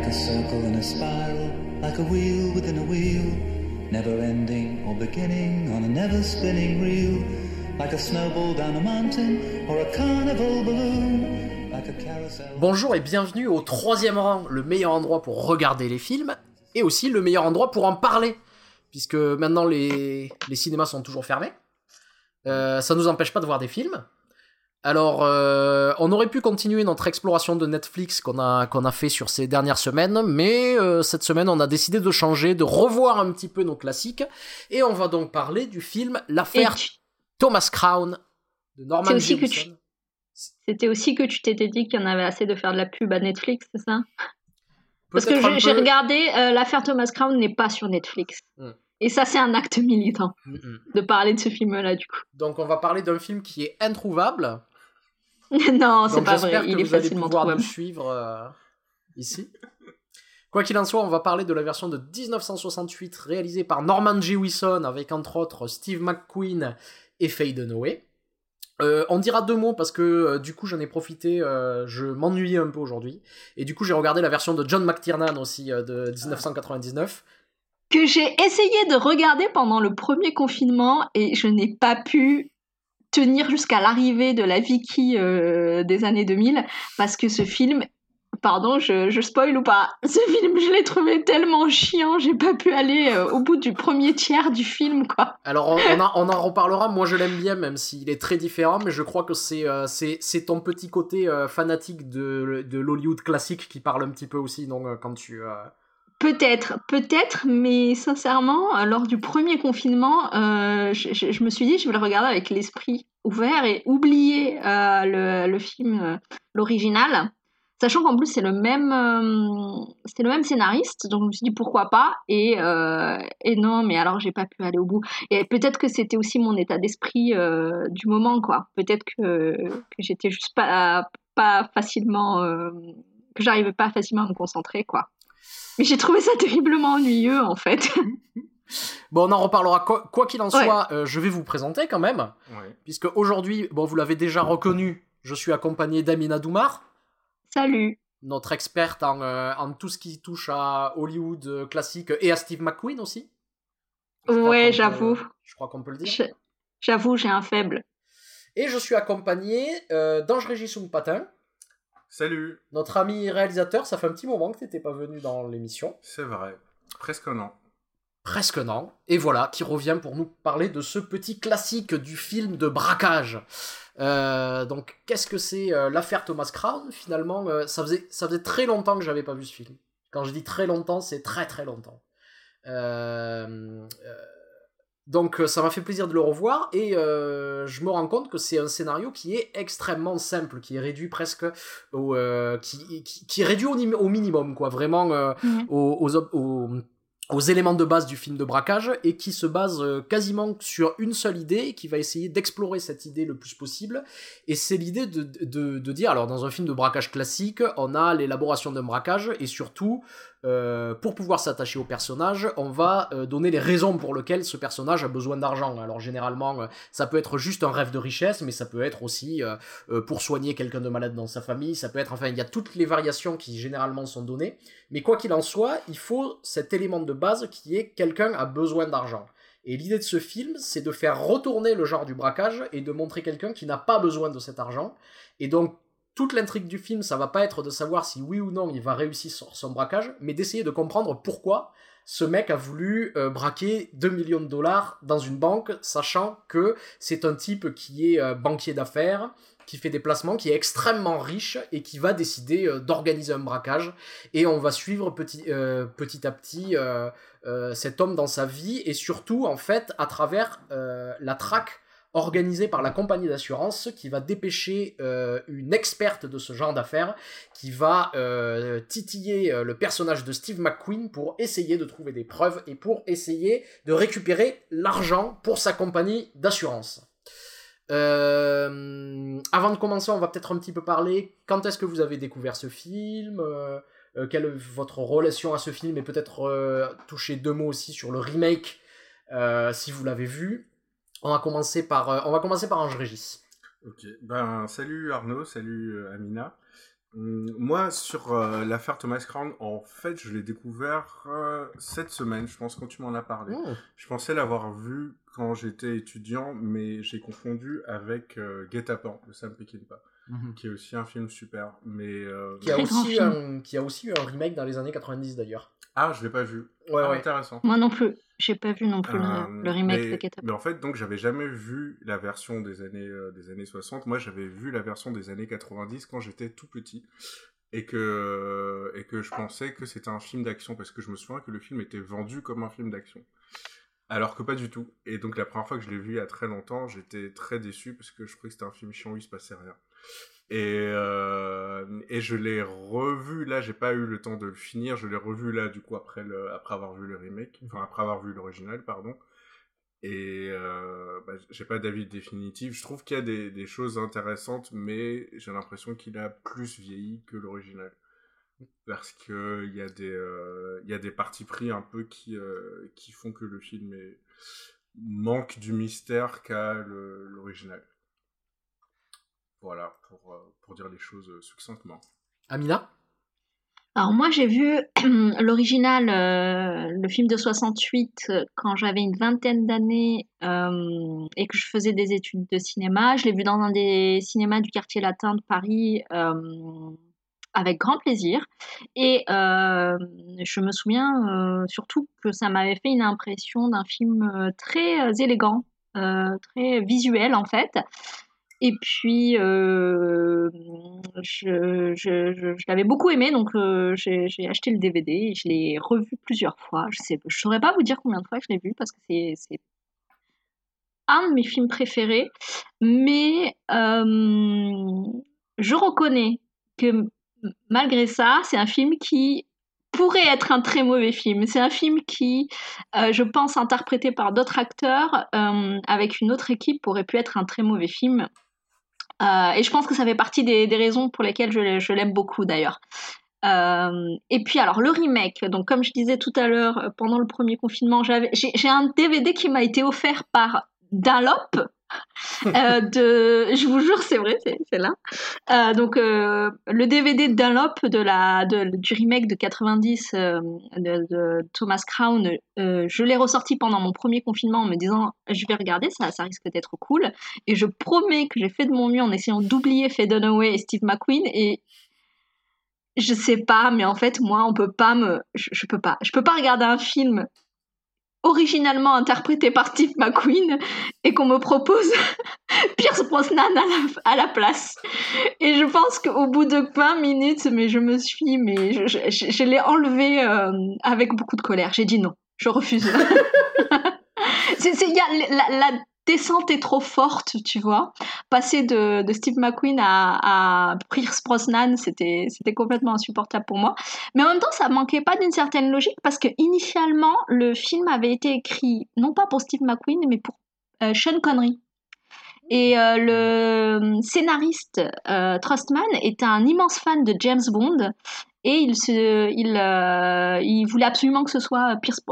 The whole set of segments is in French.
a circle in a spiral, like a wheel within a wheel, never ending or beginning on a never spinning reel, like a snowball down a mountain or a carnival balloon, like a carousel. Bonjour et bienvenue au 3e rang, le meilleur endroit pour regarder les films et aussi le meilleur endroit pour en parler, puisque maintenant les cinémas sont toujours fermés. Ça nous empêche pas de voir des films. Alors, on aurait pu continuer notre exploration de Netflix qu'on a fait sur ces dernières semaines, mais cette semaine, on a décidé de changer, de revoir un petit peu nos classiques, et on va donc parler du film L'affaire Thomas Crown de Norman Jewison. C'était aussi que tu t'étais dit qu'il y en avait assez de faire de la pub à Netflix, c'est ça ? Parce que j'ai peu... regardé, l'affaire Thomas Crown n'est pas sur Netflix. Et ça, c'est un acte militant, de parler de ce film-là, du coup. Donc, on va parler d'un film qui est introuvable. Non, c'est pas vrai, il est facilement trouvable. J'espère que vous allez pouvoir nous suivre ici. Quoi qu'il en soit, on va parler de la version de 1968 réalisée par Norman Jewison avec entre autres Steve McQueen et Faye Dunaway. On dira 2 mots parce que du coup j'en ai profité, je m'ennuyais un peu aujourd'hui. Et du coup j'ai regardé la version de John McTiernan aussi de 1999. Que j'ai essayé de regarder pendant le premier confinement et je n'ai pas pu tenir jusqu'à l'arrivée de la Vicky des années 2000 parce que ce film, pardon, je spoil ou pas, ce film je l'ai trouvé tellement chiant, j'ai pas pu aller au bout du premier tiers du film, quoi. Alors on en reparlera, moi je l'aime bien même s'il est très différent, mais je crois que c'est ton petit côté fanatique de l'Hollywood classique qui parle un petit peu aussi, donc quand tu... Peut-être, mais sincèrement, lors du premier confinement, je me suis dit, je vais le regarder avec l'esprit ouvert et oublier le film, l'original, sachant qu'en plus c'est le même scénariste, donc je me suis dit pourquoi pas, et non, mais alors j'ai pas pu aller au bout. Et peut-être que c'était aussi mon état d'esprit du moment, quoi. Peut-être que j'étais juste pas facilement, que j'arrivais pas facilement à me concentrer, quoi. Mais j'ai trouvé ça terriblement ennuyeux, en fait. Bon, on en reparlera. Quoi qu'il en soit, je vais vous présenter quand même. Ouais. Puisque aujourd'hui, bon, vous l'avez déjà reconnu, je suis accompagné d'Amina Doumar. Salut. Notre experte en tout ce qui touche à Hollywood classique et à Steve McQueen aussi. Ouais, j'avoue. Je crois qu'on peut le dire. J'avoue, j'ai un faible. Et je suis accompagné d'Ange-Régis Soum-Patin. Salut. Notre ami réalisateur, ça fait un petit moment que t'étais pas venu dans l'émission. C'est vrai, presque un an. Presque un an, et voilà, qui revient pour nous parler de ce petit classique du film de braquage. Donc, qu'est-ce que c'est l'affaire Thomas Crown ? Finalement, ça faisait très longtemps que j'avais pas vu ce film. Quand je dis très longtemps, c'est très très longtemps. Donc ça m'a fait plaisir de le revoir et je me rends compte que c'est un scénario qui est extrêmement simple, qui est réduit presque qui est réduit au minimum, quoi, vraiment aux éléments de base du film de braquage et qui se base quasiment sur une seule idée et qui va essayer d'explorer cette idée le plus possible. Et c'est l'idée de dire, alors dans un film de braquage classique, on a l'élaboration d'un braquage et surtout, pour pouvoir s'attacher au personnage, on va donner les raisons pour lesquelles ce personnage a besoin d'argent. Alors généralement, ça peut être juste un rêve de richesse, mais ça peut être aussi pour soigner quelqu'un de malade dans sa famille, ça peut être, enfin, il y a toutes les variations qui généralement sont données, mais quoi qu'il en soit, il faut cet élément de base qui est quelqu'un a besoin d'argent. Et l'idée de ce film, c'est de faire retourner le genre du braquage et de montrer quelqu'un qui n'a pas besoin de cet argent. Et donc, toute l'intrigue du film, ça va pas être de savoir si oui ou non il va réussir son braquage, mais d'essayer de comprendre pourquoi ce mec a voulu braquer 2 millions de dollars dans une banque, sachant que c'est un type qui est banquier d'affaires, qui fait des placements, qui est extrêmement riche et qui va décider d'organiser un braquage. Et on va suivre petit à petit cet homme dans sa vie et surtout, en fait, à travers la traque organisée par la compagnie d'assurance qui va dépêcher une experte de ce genre d'affaires qui va titiller le personnage de Steve McQueen pour essayer de trouver des preuves et pour essayer de récupérer l'argent pour sa compagnie d'assurance. Avant de commencer, on va peut-être un petit peu parler quand est-ce que vous avez découvert ce film, quelle est votre relation à ce film et peut-être toucher 2 mots aussi sur le remake si vous l'avez vu. On va commencer par Ange-Régis. Ok, salut Arnaud, salut Amina. Moi, sur l'affaire Thomas Crown, en fait, je l'ai découvert cette semaine, je pense, quand tu m'en as parlé. Je pensais l'avoir vu quand j'étais étudiant, mais j'ai confondu avec Guet-apens de Sam Peckinpah, qui est aussi un film super, mais... Qui a aussi eu un remake dans les années 90 d'ailleurs. Ah, je l'ai pas vu. Ouais. Intéressant. Moi non plus. J'ai pas vu non plus le remake de Guet-apens. Mais en fait, donc, j'avais jamais vu la version des années 60. Moi, j'avais vu la version des années 90 quand j'étais tout petit. Et que je pensais que c'était un film d'action, parce que je me souviens que le film était vendu comme un film d'action. Alors que pas du tout. Et donc, la première fois que je l'ai vu il y a très longtemps, j'étais très déçu, parce que je croyais que c'était un film chiant où il se passait rien. Et je l'ai revu, là, j'ai pas eu le temps de le finir, je l'ai revu là, du coup, après avoir vu le remake, enfin, après avoir vu l'original, pardon. Et j'ai pas d'avis définitif, je trouve qu'il y a des choses intéressantes, mais j'ai l'impression qu'il a plus vieilli que l'original. Parce que il y a des partis pris un peu qui font que le film manque du mystère qu'a l'original. Voilà, pour dire les choses succinctement. Amina ? Alors moi j'ai vu l'original, le film de 68 quand j'avais une vingtaine d'années et que je faisais des études de cinéma. Je l'ai vu dans un des cinémas du quartier latin de Paris avec grand plaisir. Et je me souviens surtout que ça m'avait fait une impression d'un film très élégant, très visuel en fait. Et puis, je l'avais beaucoup aimé, donc j'ai acheté le DVD et je l'ai revu plusieurs fois. Je saurais pas vous dire combien de fois je l'ai vu parce que c'est un de mes films préférés. Mais je reconnais que malgré ça, c'est un film qui pourrait être un très mauvais film. C'est un film qui, je pense, interprété par d'autres acteurs avec une autre équipe, aurait pu être un très mauvais film. Et je pense que ça fait partie des raisons pour lesquelles je l'aime beaucoup d'ailleurs. Et puis alors le remake, donc comme je disais tout à l'heure, pendant le premier confinement, j'ai un DVD qui m'a été offert par Dunlop. Je vous jure, c'est vrai, c'est là. Donc le DVD de Dunlop du remake de 90 de Thomas Crown, je l'ai ressorti pendant mon premier confinement en me disant je vais regarder, ça risque d'être cool. Et je promets que j'ai fait de mon mieux en essayant d'oublier Faye Dunaway et Steve McQueen. Et je sais pas, mais en fait moi on peut pas je peux pas regarder un film originalement interprété par Steve McQueen et qu'on me propose Pierce Brosnan à la place. Et je pense qu'au bout de 20 minutes, mais je l'ai enlevé avec beaucoup de colère. J'ai dit non, je refuse. La descente est trop forte, tu vois. Passer de Steve McQueen à Pierce Brosnan, c'était complètement insupportable pour moi. Mais en même temps, ça manquait pas d'une certaine logique parce que initialement, le film avait été écrit non pas pour Steve McQueen, mais pour Sean Connery. Et le scénariste Trustman est un immense fan de James Bond et il voulait absolument que ce soit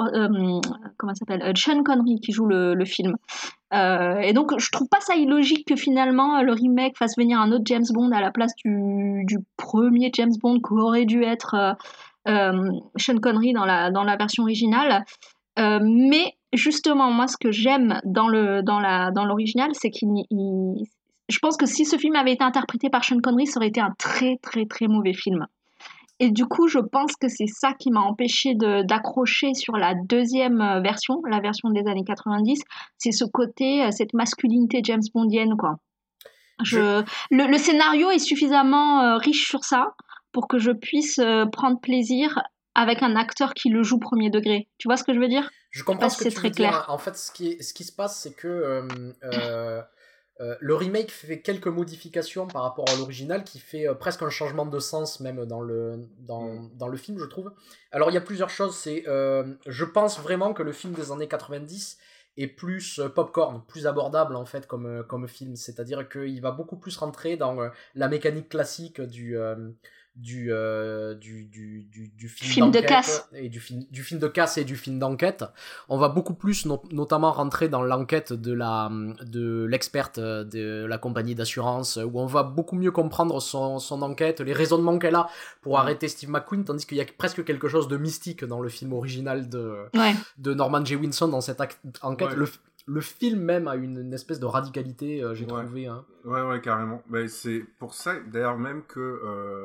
Sean Connery qui joue le film. Et donc je trouve pas ça illogique que finalement le remake fasse venir un autre James Bond à la place du premier James Bond qui aurait dû être Sean Connery dans la version originale. Mais justement, moi, ce que j'aime dans l'original, c'est je pense que si ce film avait été interprété par Sean Connery, ça aurait été un très, très, très mauvais film. Et du coup, je pense que c'est ça qui m'a empêché d'accrocher sur la deuxième version, la version des années 90. C'est ce côté, cette masculinité James Bondienne, quoi. Le scénario est suffisamment riche sur ça pour que je puisse prendre plaisir avec un acteur qui le joue premier degré. Tu vois ce que je veux dire ? Je comprends ce que tu veux dire. En fait, ce qui se passe, c'est que le remake fait quelques modifications par rapport à l'original qui fait presque un changement de sens même dans le film, je trouve. Alors, il y a plusieurs choses. Je pense vraiment que le film des années 90 est plus popcorn, plus abordable en fait comme film. C'est-à-dire qu'il va beaucoup plus rentrer dans la mécanique classique film de casse et du film de casse et du film d'enquête. On va beaucoup plus notamment rentrer dans l'enquête de l'experte de la compagnie d'assurance, où on va beaucoup mieux comprendre son enquête, les raisonnements qu'elle a pour arrêter Steve McQueen, tandis qu'il y a presque quelque chose de mystique dans le film original de Norman J. Winson dans cette enquête. Ouais. Le film même a une espèce de radicalité, j'ai trouvé. Hein. Ouais, carrément. Mais c'est pour ça, d'ailleurs, même que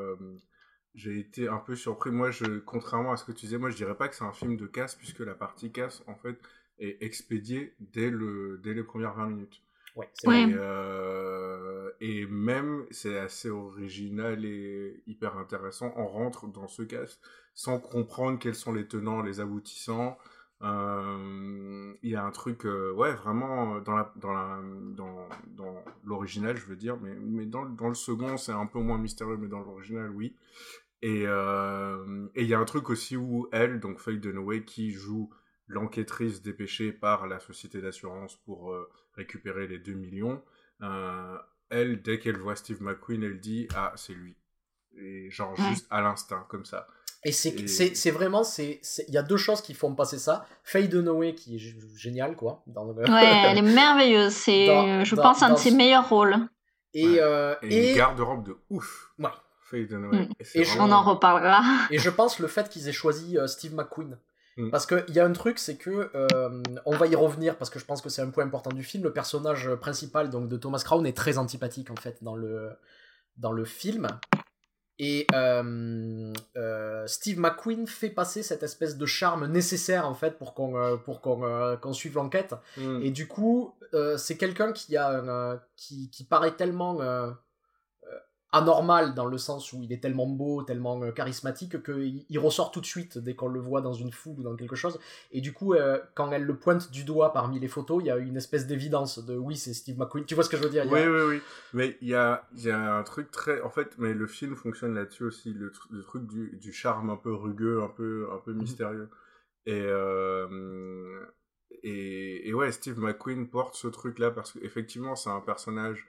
j'ai été un peu surpris. Moi, contrairement à ce que tu disais, moi, je dirais pas que c'est un film de casse, puisque la partie casse, en fait, est expédiée dès les premières 20 minutes. Ouais, c'est vrai. Et même, c'est assez original et hyper intéressant. On rentre dans ce casse sans comprendre quels sont les tenants, les aboutissants. Il y a un truc vraiment dans l'original, je veux dire, mais dans le second c'est un peu moins mystérieux, mais dans l'original oui. Et il y a un truc aussi où elle, donc Faye Dunaway, qui joue l'enquêtrice dépêchée par la société d'assurance pour récupérer les 2 millions, elle, dès qu'elle voit Steve McQueen, elle dit ah c'est lui, et genre juste à l'instinct comme ça. Et c'est vraiment, il y a deux choses qui font passer ça. Faye Dunaway qui est géniale, quoi. Ouais, elle est merveilleuse. Je pense, un de ses meilleurs rôles. Et une garde-robe de ouf. Ouais. Faye Dunaway. On en reparlera. Et je pense le fait qu'ils aient choisi Steve McQueen. Parce qu'il y a un truc, c'est que on va y revenir parce que je pense que c'est un point important du film. Le personnage principal donc de Thomas Crown est très antipathique en fait dans le film. Et Steve McQueen fait passer cette espèce de charme nécessaire en fait pour qu'on suive l'enquête. Et du coup, c'est quelqu'un qui paraît tellement anormal dans le sens où il est tellement beau, tellement charismatique qu'il ressort tout de suite dès qu'on le voit dans une foule ou dans quelque chose. Et du coup, quand elle le pointe du doigt parmi les photos, il y a une espèce d'évidence de oui, c'est Steve McQueen. Tu vois ce que je veux dire? Oui. Mais il y a un truc très... En fait, mais le film fonctionne là-dessus aussi, le truc du charme un peu rugueux, un peu mystérieux. Et ouais, Steve McQueen porte ce truc-là parce qu'effectivement, c'est un personnage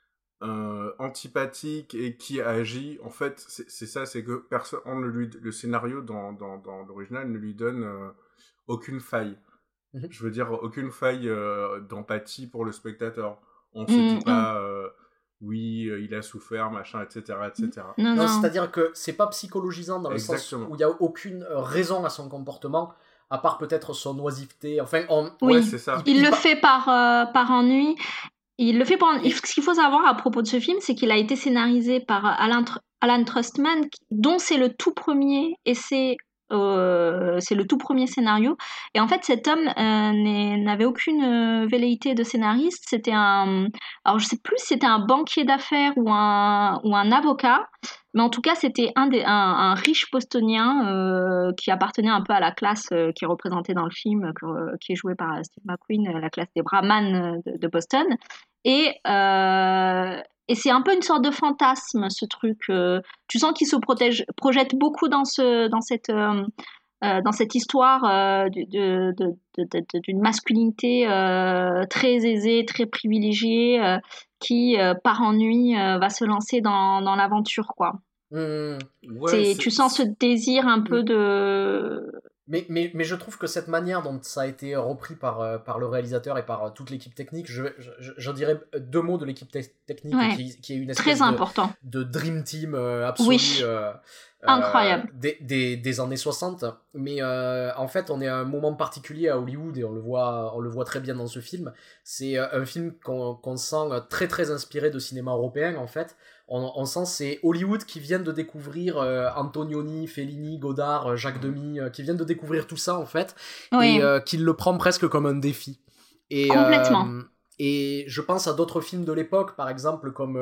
antipathique et qui agit. En fait, c'est ça, c'est que le scénario dans l'original ne lui donne aucune faille. Je veux dire, aucune faille d'empathie pour le spectateur. On se dit pas oui, il a souffert, machin, etc. Non, c'est-à-dire que c'est pas psychologisant dans le sens où il y a aucune raison à son comportement, à part peut-être son oisiveté. Enfin, oui, c'est ça. Il le fait par ennui. Il le fait Ce qu'il faut savoir à propos de ce film, c'est qu'il a été scénarisé par Alan Trustman, dont c'est le tout premier essai. C'est le tout premier scénario. Et en fait, cet homme n'avait aucune velléité de scénariste. C'était alors je sais plus si c'était un banquier d'affaires ou un avocat, mais en tout cas, c'était un riche bostonien qui appartenait un peu à la classe qui est représentée dans le film, qui est jouée par Steve McQueen, la classe des Brahmanes de Boston. Et c'est un peu une sorte de fantasme, ce truc. Tu sens qu'il se projette beaucoup dans cette histoire d'une masculinité très aisée, très privilégiée, qui, par ennui, va se lancer dans l'aventure, quoi. Tu sens ce désir un peu de... Mais je trouve que cette manière dont ça a été repris par le réalisateur et par toute l'équipe technique, je dirais deux mots de l'équipe technique qui est une espèce de dream team absolu. Oui. Incroyable. Des années 60. Mais en fait, on est à un moment particulier à Hollywood et on le voit très bien dans ce film. C'est un film qu'on sent très très inspiré de cinéma européen en fait. On sent c'est Hollywood qui vient de découvrir Antonioni, Fellini, Godard, Jacques Demy, qui viennent de découvrir tout ça en fait, et qui le prend presque comme un défi. Et, complètement. Et je pense à d'autres films de l'époque, par exemple comme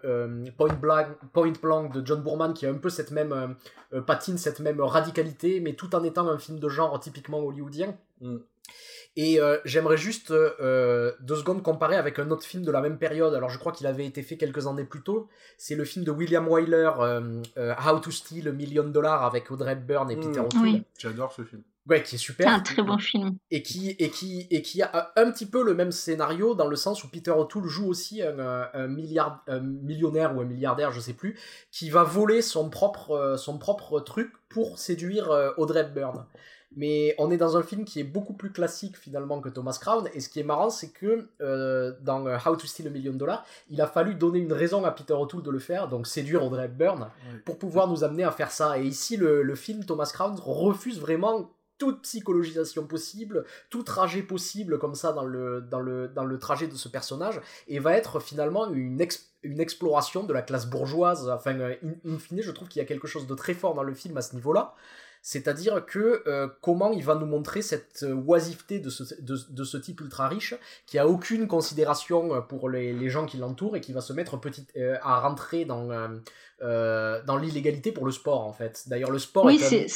Point Blank de John Boorman, qui a un peu cette même patine, cette même radicalité, mais tout en étant un film de genre typiquement hollywoodien. Et j'aimerais juste 2 secondes comparer avec un autre film de la même période. Alors je crois qu'il avait été fait quelques années plus tôt. C'est le film de William Wyler, How to Steal $1 Million avec Audrey Hepburn et Peter O'Toole. Oui. J'adore ce film. Ouais, qui est super. C'est un très bon film. Et qui a un petit peu le même scénario dans le sens où Peter O'Toole joue aussi un millionnaire ou un milliardaire, je sais plus, qui va voler son propre truc pour séduire Audrey Hepburn. Mais on est dans un film qui est beaucoup plus classique finalement que Thomas Crown, et ce qui est marrant, c'est que dans How to Steal $1 Million, il a fallu donner une raison à Peter O'Toole de le faire, donc séduire Audrey Hepburn, pour pouvoir nous amener à faire ça. Et ici, le film Thomas Crown refuse vraiment toute psychologisation possible, tout trajet possible comme ça dans le trajet de ce personnage, et va être finalement une exploration de la classe bourgeoise. Enfin, in fine, je trouve qu'il y a quelque chose de très fort dans le film à ce niveau-là. C'est-à-dire que comment il va nous montrer cette oisiveté de ce type ultra riche qui a aucune considération pour les gens qui l'entourent et qui va se mettre à rentrer dans l'illégalité pour le sport en fait. D'ailleurs le sport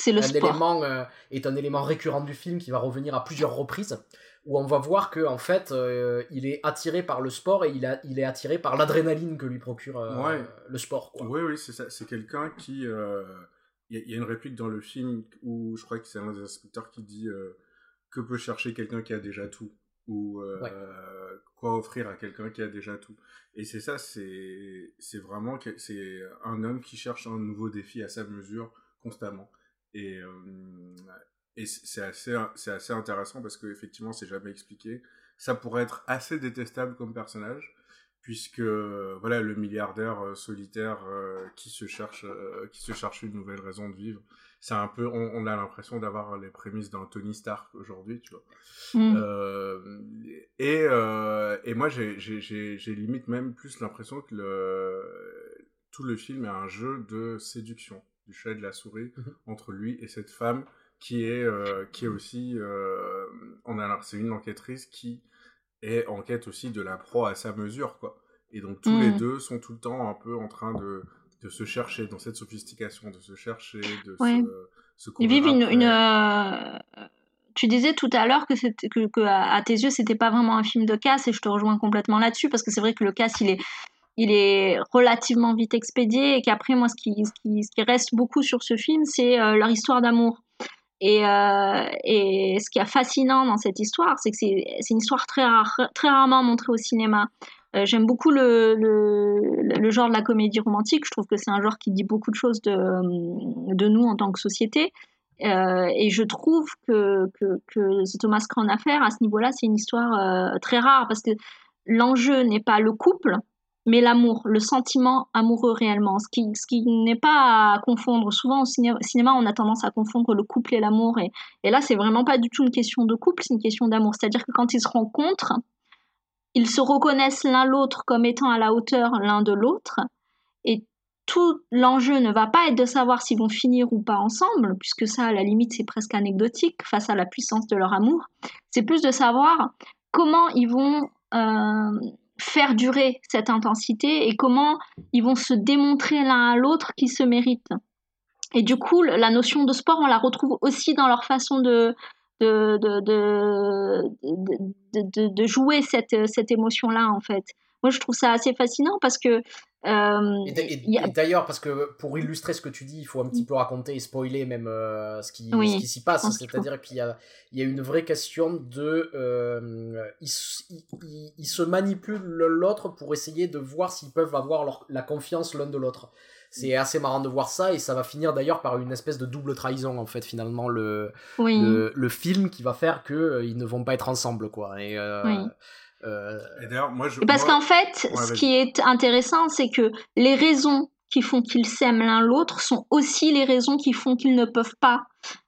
est un élément récurrent du film qui va revenir à plusieurs reprises, où on va voir que en fait il est attiré par le sport et il est attiré par l'adrénaline que lui procure le sport, quoi. Oui, c'est ça. C'est quelqu'un qui... Il y a une réplique dans le film où je crois que c'est un des inspecteurs qui dit que peut chercher quelqu'un qui a déjà tout, ou quoi offrir à quelqu'un qui a déjà tout. Et c'est ça, c'est vraiment c'est un homme qui cherche un nouveau défi à sa mesure constamment. Et c'est assez intéressant parce qu'effectivement c'est jamais expliqué. Ça pourrait être assez détestable comme personnage, puisque voilà, le milliardaire solitaire qui se cherche une nouvelle raison de vivre, c'est un peu, on a l'impression d'avoir les prémices d'un Tony Stark aujourd'hui, tu vois. Et moi j'ai limite même plus l'impression que tout le film est un jeu de séduction du chat et de la souris entre lui et cette femme qui est aussi c'est une enquêtrice qui est en quête aussi de la proie à sa mesure, quoi. Et donc tous les deux sont tout le temps un peu en train de se chercher dans cette sophistication, de se chercher, de se courir. Ils vivent tu disais tout à l'heure que à tes yeux c'était pas vraiment un film de casse, et je te rejoins complètement là-dessus, parce que c'est vrai que le casse il est relativement vite expédié, et qu'après moi ce qui reste beaucoup sur ce film, c'est leur histoire d'amour. Et ce qui est fascinant dans cette histoire, c'est que c'est une histoire très rarement montrée au cinéma. J'aime beaucoup le genre de la comédie romantique. Je trouve que c'est un genre qui dit beaucoup de choses de nous en tant que société. Et je trouve que ce Thomas Crown Affair, à ce niveau-là, c'est une histoire très rare, parce que l'enjeu n'est pas le couple, mais l'amour, le sentiment amoureux réellement, ce qui n'est pas à confondre. Souvent au cinéma, on a tendance à confondre le couple et l'amour, et là c'est vraiment pas du tout une question de couple, c'est une question d'amour. C'est-à-dire que quand ils se rencontrent, ils se reconnaissent l'un l'autre comme étant à la hauteur l'un de l'autre, et tout l'enjeu ne va pas être de savoir s'ils vont finir ou pas ensemble, puisque ça à la limite c'est presque anecdotique face à la puissance de leur amour. C'est plus de savoir comment ils vont faire durer cette intensité, et comment ils vont se démontrer l'un à l'autre qu'ils se méritent. Et du coup, la notion de sport, on la retrouve aussi dans leur façon de jouer cette émotion-là, en fait. Moi, je trouve ça assez fascinant, parce que... Et d'ailleurs, parce que pour illustrer ce que tu dis, il faut un petit peu raconter et spoiler même ce qui s'y passe. C'est-à-dire qu'il y a une vraie question de... ils se manipulent l'un l'autre pour essayer de voir s'ils peuvent avoir la confiance l'un de l'autre. C'est assez marrant de voir ça, et ça va finir d'ailleurs par une espèce de double trahison, en fait, finalement, le film qui va faire qu'ils ne vont pas être ensemble, quoi. Et d'ailleurs, qu'en fait, ce qui est intéressant, c'est que les raisons qui font qu'ils s'aiment l'un l'autre sont aussi les raisons qui font qu'ils ne peuvent pas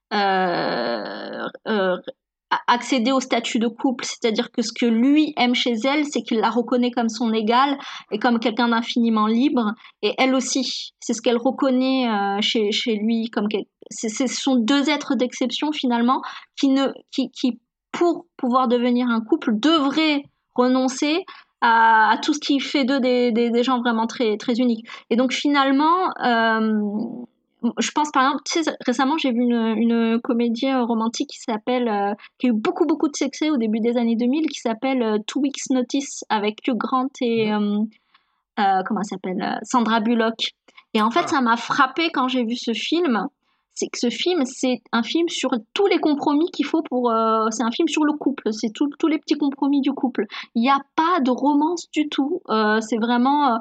accéder au statut de couple. C'est-à-dire que ce que lui aime chez elle, c'est qu'il la reconnaît comme son égale et comme quelqu'un d'infiniment libre, et elle aussi, c'est ce qu'elle reconnaît chez lui, comme ce sont deux êtres d'exception finalement qui pour pouvoir devenir un couple devraient renoncer à tout ce qui fait d'eux des gens vraiment très, très uniques. Et donc finalement, je pense par exemple, tu sais, récemment j'ai vu une comédie romantique qui a eu beaucoup beaucoup de succès au début des années 2000, qui s'appelle Two Weeks Notice, avec Hugh Grant et comment elle s'appelle, Sandra Bullock. Et en fait, ça m'a frappé quand j'ai vu ce film. C'est que ce film, c'est un film sur tous les compromis qu'il faut pour. C'est un film sur le couple, c'est tous les petits compromis du couple. Il n'y a pas de romance du tout. C'est vraiment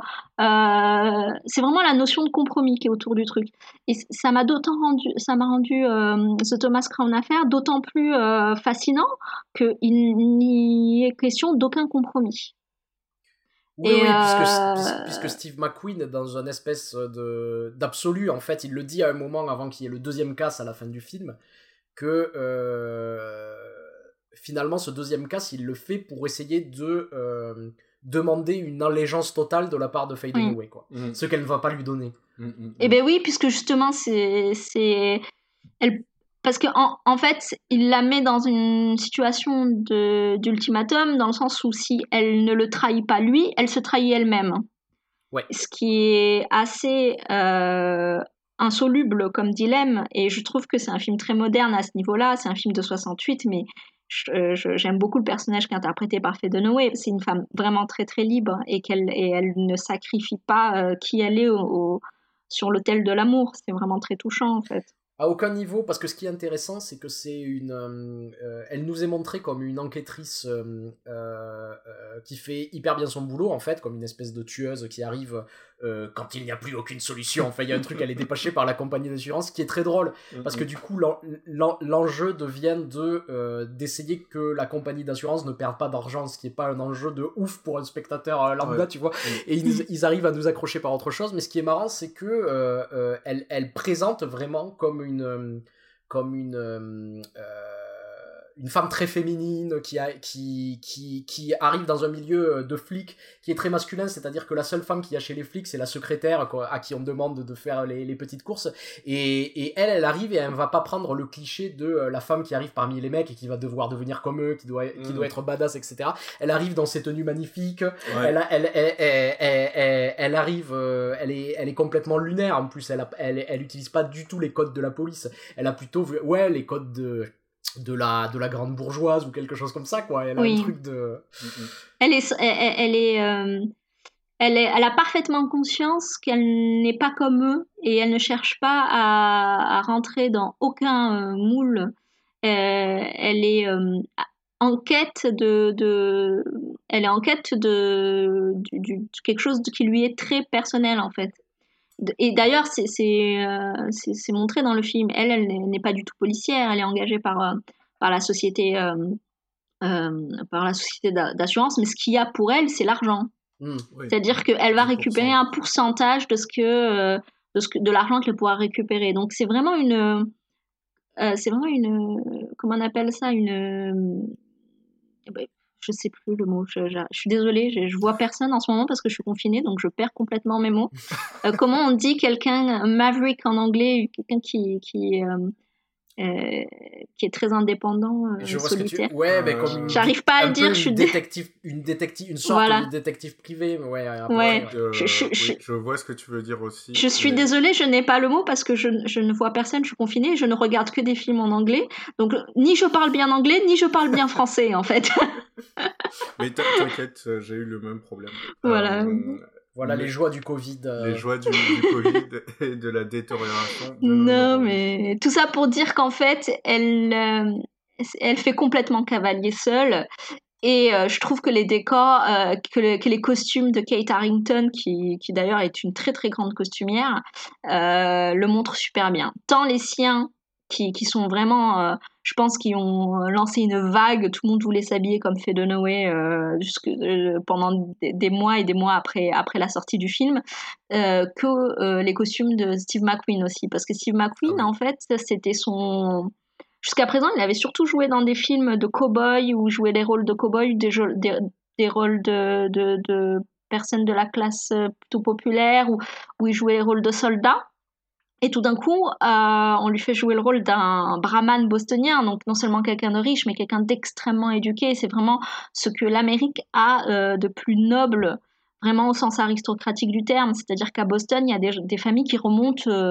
la notion de compromis qui est autour du truc. Et ça m'a rendu The Thomas Crown Affair d'autant plus fascinant qu'il n'y est question d'aucun compromis. Oui, puisque Steve McQueen est dans une espèce d'absolu, en fait, il le dit à un moment avant qu'il y ait le deuxième casse à la fin du film, que finalement ce deuxième casse, il le fait pour essayer de demander une allégeance totale de la part de Faye Dunaway, quoi. Ce qu'elle ne va pas lui donner. Eh ben oui, puisque justement, parce qu'en fait, il la met dans une situation d'ultimatum, dans le sens où si elle ne le trahit pas lui, elle se trahit elle-même. Ouais. Ce qui est assez insoluble comme dilemme, et je trouve que c'est un film très moderne à ce niveau-là. C'est un film de 68, mais j'aime beaucoup le personnage qui est interprété par Faye Dunaway. C'est une femme vraiment très très libre, et elle ne sacrifie pas qui elle est sur l'autel de l'amour. C'est vraiment très touchant, en fait. À aucun niveau, parce que ce qui est intéressant, c'est que elle nous est montrée comme une enquêtrice qui fait hyper bien son boulot, en fait, comme une espèce de tueuse qui arrive quand il n'y a plus aucune solution. Enfin, il y a un truc, elle est dépêchée par la compagnie d'assurance, qui est très drôle, parce que du coup, l'enjeu devient d'essayer que la compagnie d'assurance ne perde pas d'argent, ce qui n'est pas un enjeu de ouf pour un spectateur lambda, tu vois. Et ils arrivent à nous accrocher par autre chose, mais ce qui est marrant, c'est que elle présente vraiment comme une femme très féminine qui arrive dans un milieu de flics qui est très masculin, c'est-à-dire que la seule femme qu'il y a chez les flics, c'est la secrétaire, quoi, à qui on demande de faire les petites courses, et elle arrive et elle va pas prendre le cliché de la femme qui arrive parmi les mecs et qui va devoir devenir comme eux, qui doit être badass, etc. Elle arrive dans ses tenues magnifiques, elle arrive, elle est complètement lunaire, en plus elle utilise pas du tout les codes de la police, elle a plutôt les codes de la grande bourgeoise ou quelque chose comme ça, quoi. Elle a un truc de... Elle a parfaitement conscience qu'elle n'est pas comme eux, et elle ne cherche pas à rentrer dans aucun moule. Elle est en quête de quelque chose qui lui est très personnel, en fait. Et d'ailleurs, c'est montré dans le film. Elle n'est pas du tout policière. Elle est engagée par la société d'assurance. Mais ce qu'il y a pour elle, c'est l'argent. C'est-à-dire qu'elle va récupérer un pourcentage de l'argent qu'elle pourra récupérer. Donc c'est vraiment comment on appelle ça, je sais plus le mot, je suis désolée, je vois personne en ce moment parce que je suis confinée, donc je perds complètement mes mots. Comment on dit quelqu'un, maverick en anglais, quelqu'un qui est très indépendant, solitaire. Comme j'arrive pas à le dire. Une sorte de détective privé. Je vois ce que tu veux dire aussi. Je suis désolée, je n'ai pas le mot parce que je ne vois personne, je suis confinée, je ne regarde que des films en anglais. Donc ni je parle bien anglais, ni je parle bien français, en fait. Mais t'inquiète, j'ai eu le même problème. Voilà. Les joies du Covid. Les joies du Covid et de la détérioration. Mais tout ça pour dire qu'en fait, elle fait complètement cavalier seule. Et je trouve que les décors, que les costumes de Kate Harington, qui d'ailleurs est une très très grande costumière, le montrent super bien. Tant les siens, qui sont vraiment, je pense, qui ont lancé une vague, tout le monde voulait s'habiller comme Faye Dunaway pendant des mois et des mois après la sortie du film, que les costumes de Steve McQueen aussi, parce que Steve McQueen, en fait, c'était son... Jusqu'à présent, il avait surtout joué dans des films de cow-boy, où il jouait des rôles de cow-boy, des rôles de personnes de la classe plutôt populaire, où il jouait les rôles de soldats. Et tout d'un coup, on lui fait jouer le rôle d'un brahman bostonien, donc non seulement quelqu'un de riche, mais quelqu'un d'extrêmement éduqué. C'est vraiment ce que l'Amérique a de plus noble, vraiment au sens aristocratique du terme. C'est-à-dire qu'à Boston, il y a des familles qui remontent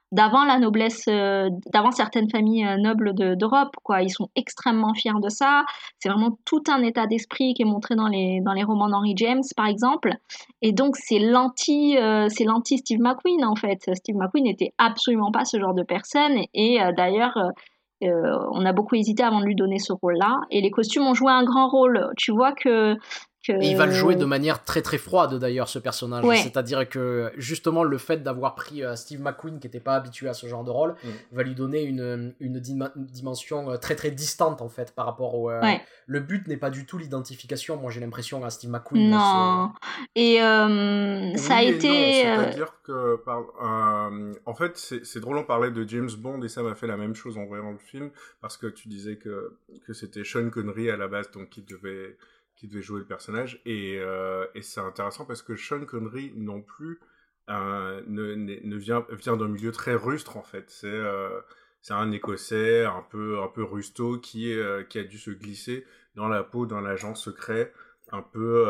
d'avant la noblesse, d'avant certaines familles nobles d'Europe, quoi. Ils sont extrêmement fiers de ça. C'est vraiment tout un état d'esprit qui est montré dans les romans d'Henry James, par exemple. Et donc, c'est l'anti Steve McQueen, en fait. Steve McQueen n'était absolument pas ce genre de personne. Et d'ailleurs, on a beaucoup hésité avant de lui donner ce rôle-là. Et les costumes ont joué un grand rôle. Tu vois que... Et il va le jouer de manière très très froide d'ailleurs, ce personnage. Ouais. C'est-à-dire que justement le fait d'avoir pris Steve McQueen qui n'était pas habitué à ce genre de rôle va lui donner une dimension très très distante en fait par rapport au... Le but n'est pas du tout l'identification, moi j'ai l'impression, à Steve McQueen. Non. Et ça a été... C'est-à-dire que... en fait, c'est drôle, on parlait de James Bond et ça m'a fait la même chose en voyant le film parce que tu disais que c'était Sean Connery à la base, donc qui devait jouer le personnage, et c'est intéressant parce que Sean Connery non plus ne vient d'un milieu très rustre en fait. C'est un Écossais un peu rusto qui a dû se glisser dans la peau d'un agent secret un peu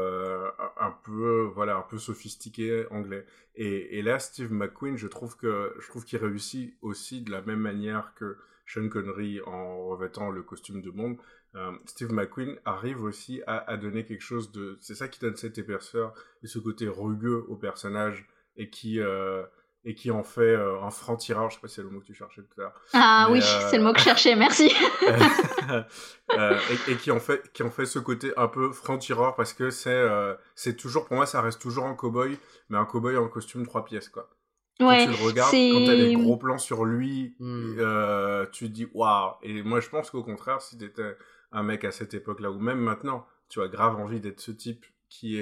sophistiqué anglais. Et là, Steve McQueen, je trouve qu'il réussit aussi de la même manière que Sean Connery en revêtant le costume de Bond. Steve McQueen arrive aussi à donner quelque chose de... C'est ça qui donne cette épaisseur et ce côté rugueux au personnage et qui en fait un franc-tireur. Je sais pas si c'est le mot que tu cherchais tout à l'heure. Ah oui, c'est le mot que je cherchais, merci. Et qui en fait ce côté un peu franc-tireur parce que c'est toujours, pour moi, ça reste toujours un cow-boy, mais un cow-boy en costume 3 pièces, quoi. Ouais, quand tu le regardes, quand t'as des gros plans sur lui, tu te dis waouh. Et moi, je pense qu'au contraire, si t'étais un mec à cette époque-là, ou même maintenant, tu as grave envie d'être ce type qui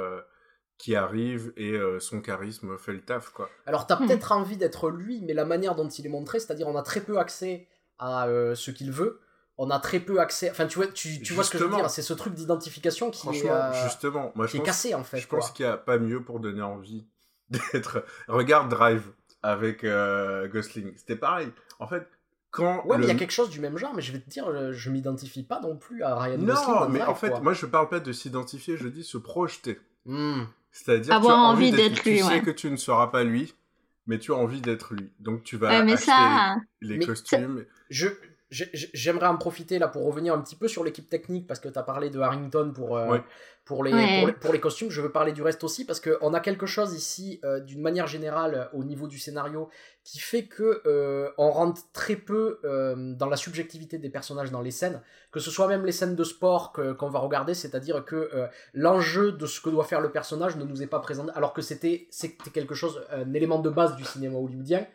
arrive et son charisme fait le taf, quoi. Alors, t'as peut-être envie d'être lui, mais la manière dont il est montré, c'est-à-dire on a très peu accès à ce qu'il veut. On a très peu accès... Enfin, tu vois ce que je veux dire, c'est ce truc d'identification qui justement, moi, est cassé, en fait. Je pense qu'il n'y a pas mieux pour donner envie d'être... Regarde Drive avec Gosling, c'était pareil. En fait, mais il y a quelque chose du même genre, mais je vais te dire, je m'identifie pas non plus à Ryan Gosling. Non, mais en fait, moi je parle pas de s'identifier, je dis se projeter. C'est-à-dire avoir envie d'être lui, tu sais que tu ne seras pas lui, mais tu as envie d'être lui. Donc tu vas acheter les costumes. J'aimerais en profiter là pour revenir un petit peu sur l'équipe technique parce que tu as parlé de Harrington pour les costumes. Je veux parler du reste aussi parce qu'on a quelque chose ici d'une manière générale au niveau du scénario qui fait que on rentre très peu dans la subjectivité des personnages dans les scènes, que ce soit même les scènes de sport qu'on va regarder, c'est-à-dire que l'enjeu de ce que doit faire le personnage ne nous est pas présenté, alors que c'était quelque chose, un élément de base du cinéma hollywoodien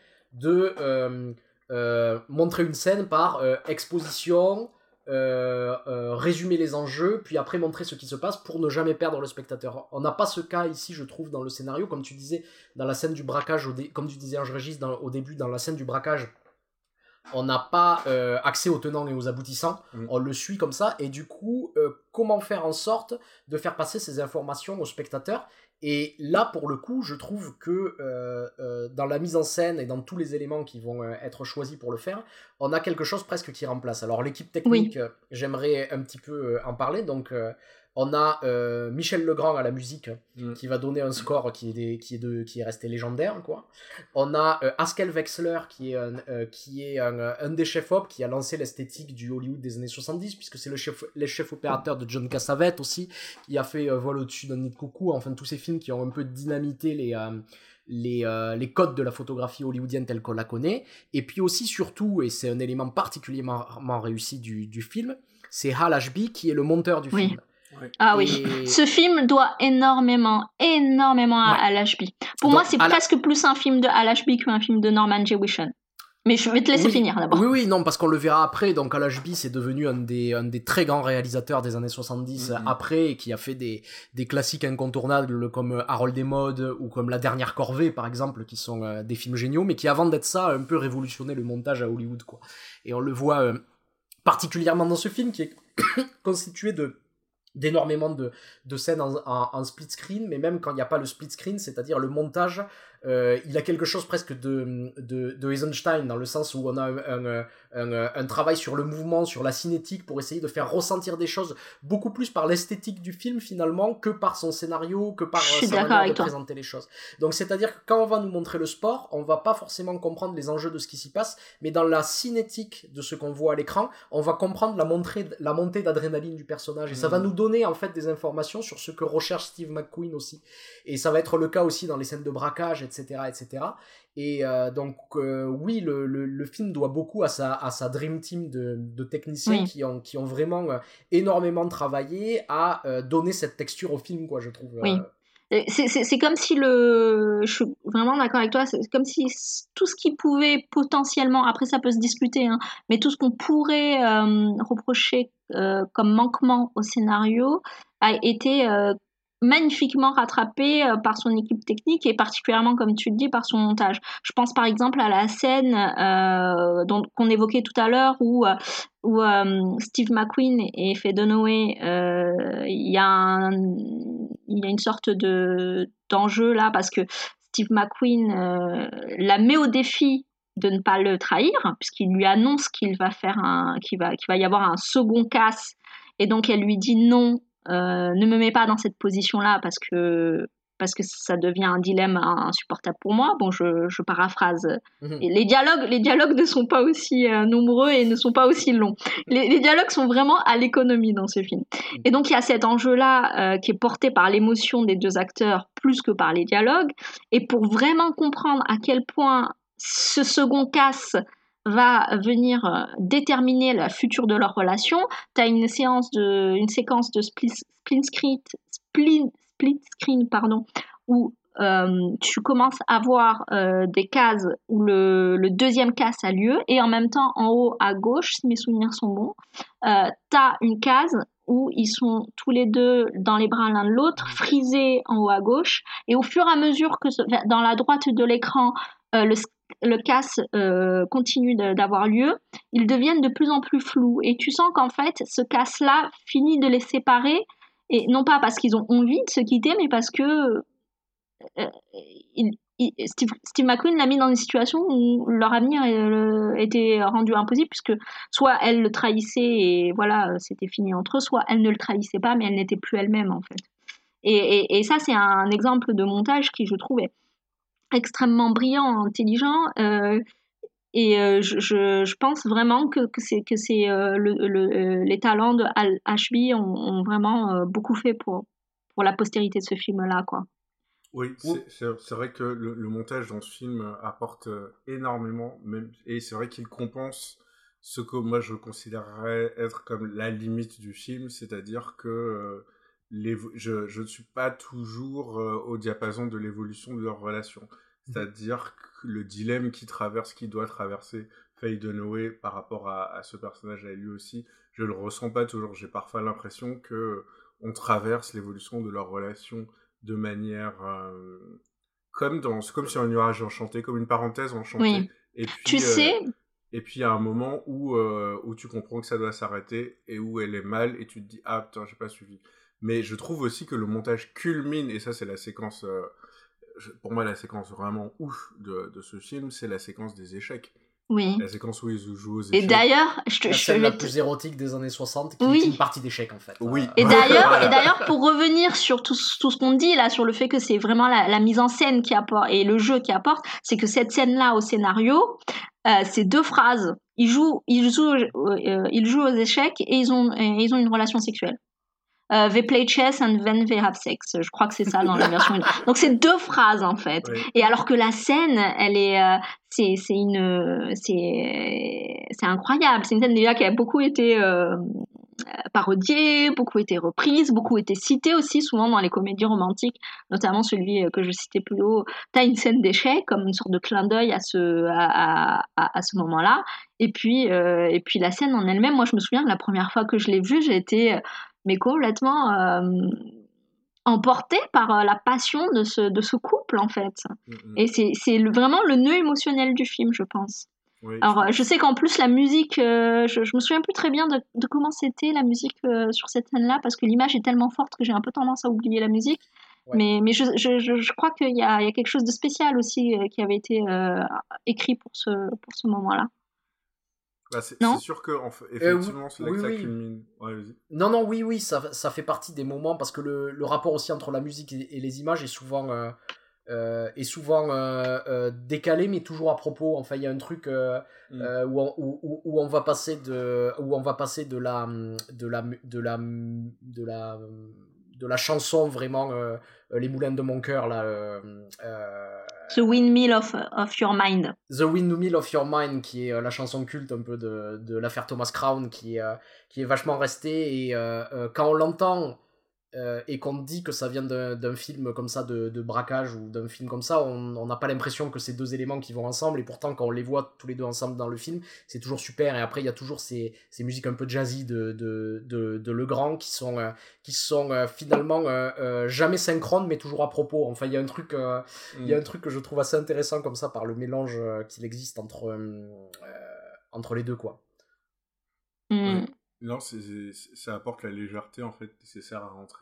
de... montrer une scène par exposition, résumer les enjeux, puis après montrer ce qui se passe pour ne jamais perdre le spectateur. On n'a pas ce cas ici, je trouve, dans le scénario, comme tu disais, dans la scène du braquage, comme tu disais, Ange-Régis, au début, dans la scène du braquage, on n'a pas accès aux tenants et aux aboutissants, on le suit comme ça, et du coup, comment faire en sorte de faire passer ces informations au spectateur? Et là, pour le coup, je trouve que dans la mise en scène et dans tous les éléments qui vont être choisis pour le faire, on a quelque chose presque qui remplace. Alors, l'équipe technique, j'aimerais un petit peu en parler. Donc, on a Michel Legrand à la musique qui va donner un score qui est resté légendaire, quoi. On a Haskell Wexler qui est un des chefs-op qui a lancé l'esthétique du Hollywood des années 70, puisque c'est le chef opérateur de John Cassavetes aussi, qui a fait Vol au-dessus d'un nid de coucou, enfin tous ces films qui ont un peu dynamité les codes de la photographie hollywoodienne telle qu'on la connaît. Et puis aussi, surtout, et c'est un élément particulièrement réussi du film, c'est Hal Ashby qui est le monteur du film. Ah oui, ce film doit énormément à Hal Ashby. Pour moi, c'est presque plus un film de Hal Ashby qu'un film de Norman Jewison. Mais je vais te laisser finir d'abord. Oui, non, parce qu'on le verra après. Donc Hal Ashby, c'est devenu un des très grands réalisateurs des années 70 après, et qui a fait des classiques incontournables comme Harold et Maude ou comme La Dernière Corvée, par exemple, qui sont des films géniaux, mais qui, avant d'être ça, a un peu révolutionné le montage à Hollywood, quoi. Et on le voit particulièrement dans ce film qui est constitué d'énormément de scènes en split screen, mais même quand il n'y a pas le split screen, c'est-à-dire le montage il a quelque chose presque de Eisenstein, dans le sens où on a un travail sur le mouvement, sur la cinétique, pour essayer de faire ressentir des choses beaucoup plus par l'esthétique du film finalement que par son scénario, que par sa manière de présenter les choses. Donc c'est-à-dire que quand on va nous montrer le sport, on va pas forcément comprendre les enjeux de ce qui s'y passe, mais dans la cinétique de ce qu'on voit à l'écran, on va comprendre la montée d'adrénaline du personnage, et ça va nous donner en fait des informations sur ce que recherche Steve McQueen aussi. Et ça va être le cas aussi dans les scènes de braquage, etc. etc. Et donc oui, le film doit beaucoup à sa Dream Team de techniciens qui ont vraiment énormément travaillé à donner cette texture au film, quoi, je trouve. Oui. C'est comme si je suis vraiment d'accord avec toi, c'est comme si tout ce qui pouvait potentiellement, après ça peut se discuter, hein, mais tout ce qu'on pourrait reprocher comme manquement au scénario a été magnifiquement rattrapé par son équipe technique et particulièrement, comme tu le dis, par son montage. Je pense par exemple à la scène qu'on évoquait tout à l'heure où Steve McQueen et Faye Dunaway, il y a une sorte d'enjeu là, parce que Steve McQueen la met au défi de ne pas le trahir, puisqu'il lui annonce qu'il va y avoir un second casse, et donc elle lui dit non, ne me mets pas dans cette position-là parce que ça devient un dilemme insupportable pour moi. Bon, je paraphrase. Et les dialogues ne sont pas aussi nombreux et ne sont pas aussi longs. Les dialogues sont vraiment à l'économie dans ce film. Et donc, il y a cet enjeu-là qui est porté par l'émotion des deux acteurs plus que par les dialogues. Et pour vraiment comprendre à quel point ce second casse va venir déterminer le futur de leur relation, tu as une séquence de split screen, où tu commences à voir des cases où le deuxième casse a lieu, et en même temps, en haut à gauche, si mes souvenirs sont bons, tu as une case où ils sont tous les deux dans les bras l'un de l'autre, frisés en haut à gauche, et au fur et à mesure que dans la droite de l'écran, le casse continue d'avoir lieu, ils deviennent de plus en plus flous, et tu sens qu'en fait ce casse-là finit de les séparer, et non pas parce qu'ils ont envie de se quitter, mais parce que Steve McQueen l'a mis dans une situation où leur avenir était rendu impossible, puisque soit elle le trahissait et voilà, c'était fini entre eux, soit elle ne le trahissait pas mais elle n'était plus elle-même en fait. Et ça, c'est un exemple de montage qui, je trouve, est extrêmement brillant, intelligent, et je pense vraiment que les talents de Al Ashby ont vraiment beaucoup fait pour la postérité de ce film-là, quoi. Oui, c'est vrai que le montage dans ce film apporte énormément, même, et c'est vrai qu'il compense ce que moi je considérerais être comme la limite du film, c'est-à-dire que je ne suis pas toujours au diapason de l'évolution de leur relation. C'est-à-dire que le dilemme qui doit traverser Faye Dunaway par rapport à ce personnage-là lui aussi, je le ressens pas toujours. J'ai parfois l'impression que on traverse l'évolution de leur relation de manière comme sur un nuage enchanté, comme une parenthèse enchantée. Oui. Et puis, tu sais. Et puis il y a un moment où tu comprends que ça doit s'arrêter et où elle est mal et tu te dis ah putain j'ai pas suivi. Mais je trouve aussi que le montage culmine, et ça c'est la séquence, pour moi la séquence vraiment ouf de ce film, c'est la séquence des échecs. Oui. La séquence où ils jouent aux échecs. Et d'ailleurs, la plus érotique des années 60, qui est une partie d'échecs en fait. Oui. Et d'ailleurs, pour revenir sur tout ce qu'on dit là, sur le fait que c'est vraiment la mise en scène qui apporte et le jeu qui apporte, c'est que cette scène-là au scénario, c'est 2 phrases. Ils jouent aux échecs et ils ont une relation sexuelle. They play chess and then they have sex. Je crois que c'est ça dans la version. Donc c'est 2 phrases en fait. Oui. Et alors que la scène, elle est, c'est incroyable. C'est une scène déjà qui a beaucoup été parodiée, beaucoup été reprise, beaucoup été citée aussi souvent dans les comédies romantiques, notamment celui que je citais plus haut. T'as une scène d'échec comme une sorte de clin d'œil à ce moment-là. Et puis la scène en elle-même, moi je me souviens que la première fois que je l'ai vue, j'ai été mais complètement emportée par la passion de ce couple en fait. Et c'est vraiment le nœud émotionnel du film, je pense. Oui, alors je sais qu'en plus la musique, je me souviens plus très bien de comment c'était la musique sur cette scène-là, parce que l'image est tellement forte que j'ai un peu tendance à oublier la musique. Mais je crois qu'il y a quelque chose de spécial aussi qui avait été écrit pour ce moment-là. Bah, c'est Non sûr que effectivement, c'est là que ça oui. culmine. Ouais, vas-y. Non, ça fait partie des moments parce que le rapport aussi entre la musique et les images est souvent décalé, mais toujours à propos. Enfin, il y a un truc où on va passer de la chanson vraiment les moulins de mon cœur là. The Windmill of Your Mind. The Windmill of Your Mind, qui est la chanson culte un peu de l'affaire Thomas Crown, qui est vachement restée. Et quand on l'entend et qu'on dit que ça vient d'un film comme ça de braquage ou d'un film comme ça, on n'a pas l'impression que c'est deux éléments qui vont ensemble. Et pourtant, quand on les voit tous les deux ensemble dans le film, c'est toujours super. Et après, il y a toujours ces musiques un peu jazzy de Legrand qui sont finalement jamais synchrones, mais toujours à propos. Enfin, il y a un truc que je trouve assez intéressant comme ça par le mélange qu'il existe entre les deux, quoi. Ouais. Non, ça apporte la légèreté en fait nécessaire à rentrer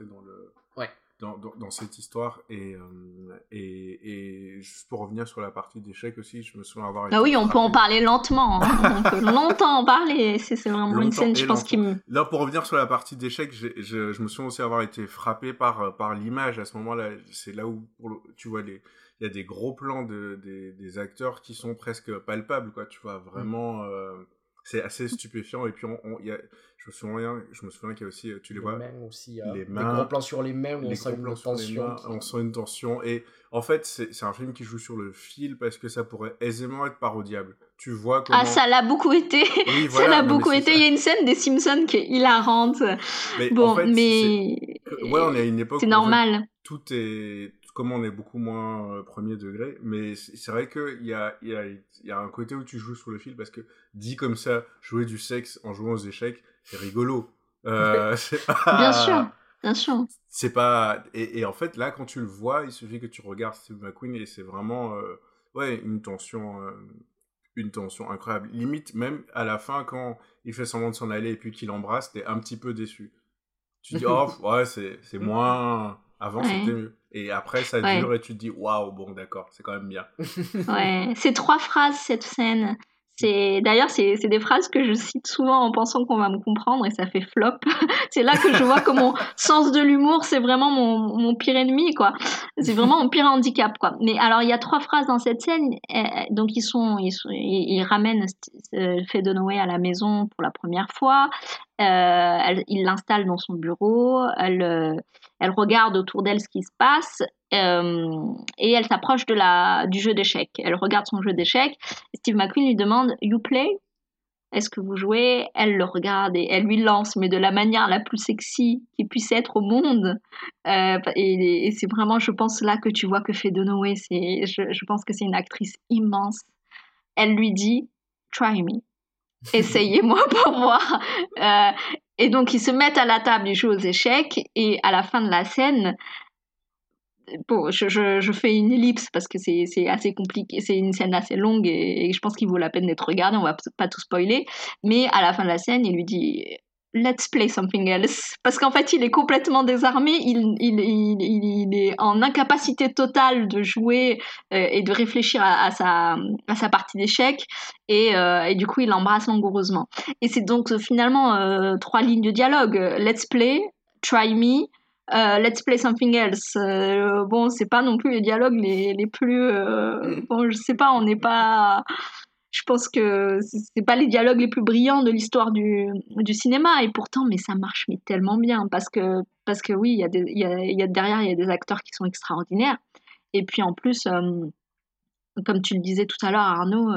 dans cette histoire et juste pour revenir sur la partie d'échecs aussi, je me souviens avoir été oui, on frappé. peut en parler lentement, hein. On peut longtemps en parler, c'est vraiment une scène, je pense, qui me... Là, pour revenir sur la partie d'échecs, je me souviens aussi avoir été frappé par l'image à ce moment-là. C'est là où tu vois il y a des gros plans des acteurs qui sont presque palpables, quoi. Tu vois vraiment. C'est assez stupéfiant et puis je me souviens qu'il y a aussi les vois mains aussi, les des mains, gros plans sur les mains où on sent une tension on sent une tension et en fait c'est un film qui joue sur le fil parce que ça pourrait aisément être parodiable. Tu vois comment... ça l'a beaucoup été. Oui, voilà, ça l'a beaucoup été. Il y a une scène des Simpsons qui est hilarante. Mais bon, en fait, mais on est à une époque c'est où normal. En fait, tout est comme on est beaucoup moins premier degré, mais c'est vrai qu'il y a un côté où tu joues sur le fil parce que dit comme ça, jouer du sexe en jouant aux échecs, c'est rigolo. C'est pas... Bien sûr. C'est pas... Et en fait, là, quand tu le vois, il suffit que tu regardes Steve McQueen et c'est vraiment une tension incroyable. Limite, même à la fin, quand il fait semblant de s'en aller et puis qu'il l'embrasse, t'es un petit peu déçu. Tu te dis, oh, ouais, c'est moins... Avant, c'était mieux. Et après, ça dure et tu te dis, waouh, bon, d'accord, c'est quand même bien. Ouais, c'est 3 phrases, cette scène. D'ailleurs, c'est des phrases que je cite souvent en pensant qu'on va me comprendre et ça fait flop. C'est là que je vois que mon sens de l'humour, c'est vraiment mon pire ennemi, quoi. C'est vraiment mon pire handicap, quoi. Mais alors, il y a 3 phrases dans cette scène. Donc, ils ramènent Faye Dunaway à la maison pour la première fois. Il l'installe dans son bureau. Elle regarde autour d'elle ce qui se passe. Et elle s'approche du jeu d'échecs. Elle regarde son jeu d'échecs. Steve McQueen lui demande « You play ?» Est-ce que vous jouez? Elle le regarde et elle lui lance, mais de la manière la plus sexy qui puisse être au monde. Et c'est vraiment, je pense, là que tu vois que Faye Dunaway, je pense que c'est une actrice immense. Elle lui dit « Try me. Essayez-moi pour voir. » Et donc, ils se mettent à la table, ils jouent aux échecs, et à la fin de la scène... Bon, je fais une ellipse parce que c'est assez compliqué, c'est une scène assez longue et je pense qu'il vaut la peine d'être regardé, on va pas tout spoiler, mais à la fin de la scène, il lui dit « Let's play something else » parce qu'en fait, il est complètement désarmé, il est en incapacité totale de jouer et de réfléchir à sa partie d'échecs et du coup, il l'embrasse langoureusement. Et c'est donc finalement 3 lignes de dialogue « Let's play »,« Try me », let's play something else. Bon, c'est pas non plus les dialogues les plus... bon, je sais pas, on n'est pas... Je pense que c'est pas les dialogues les plus brillants de l'histoire du cinéma, et pourtant, mais ça marche mais tellement bien, parce que oui, derrière, il y a des acteurs qui sont extraordinaires, et puis en plus, comme tu le disais tout à l'heure, Arnaud,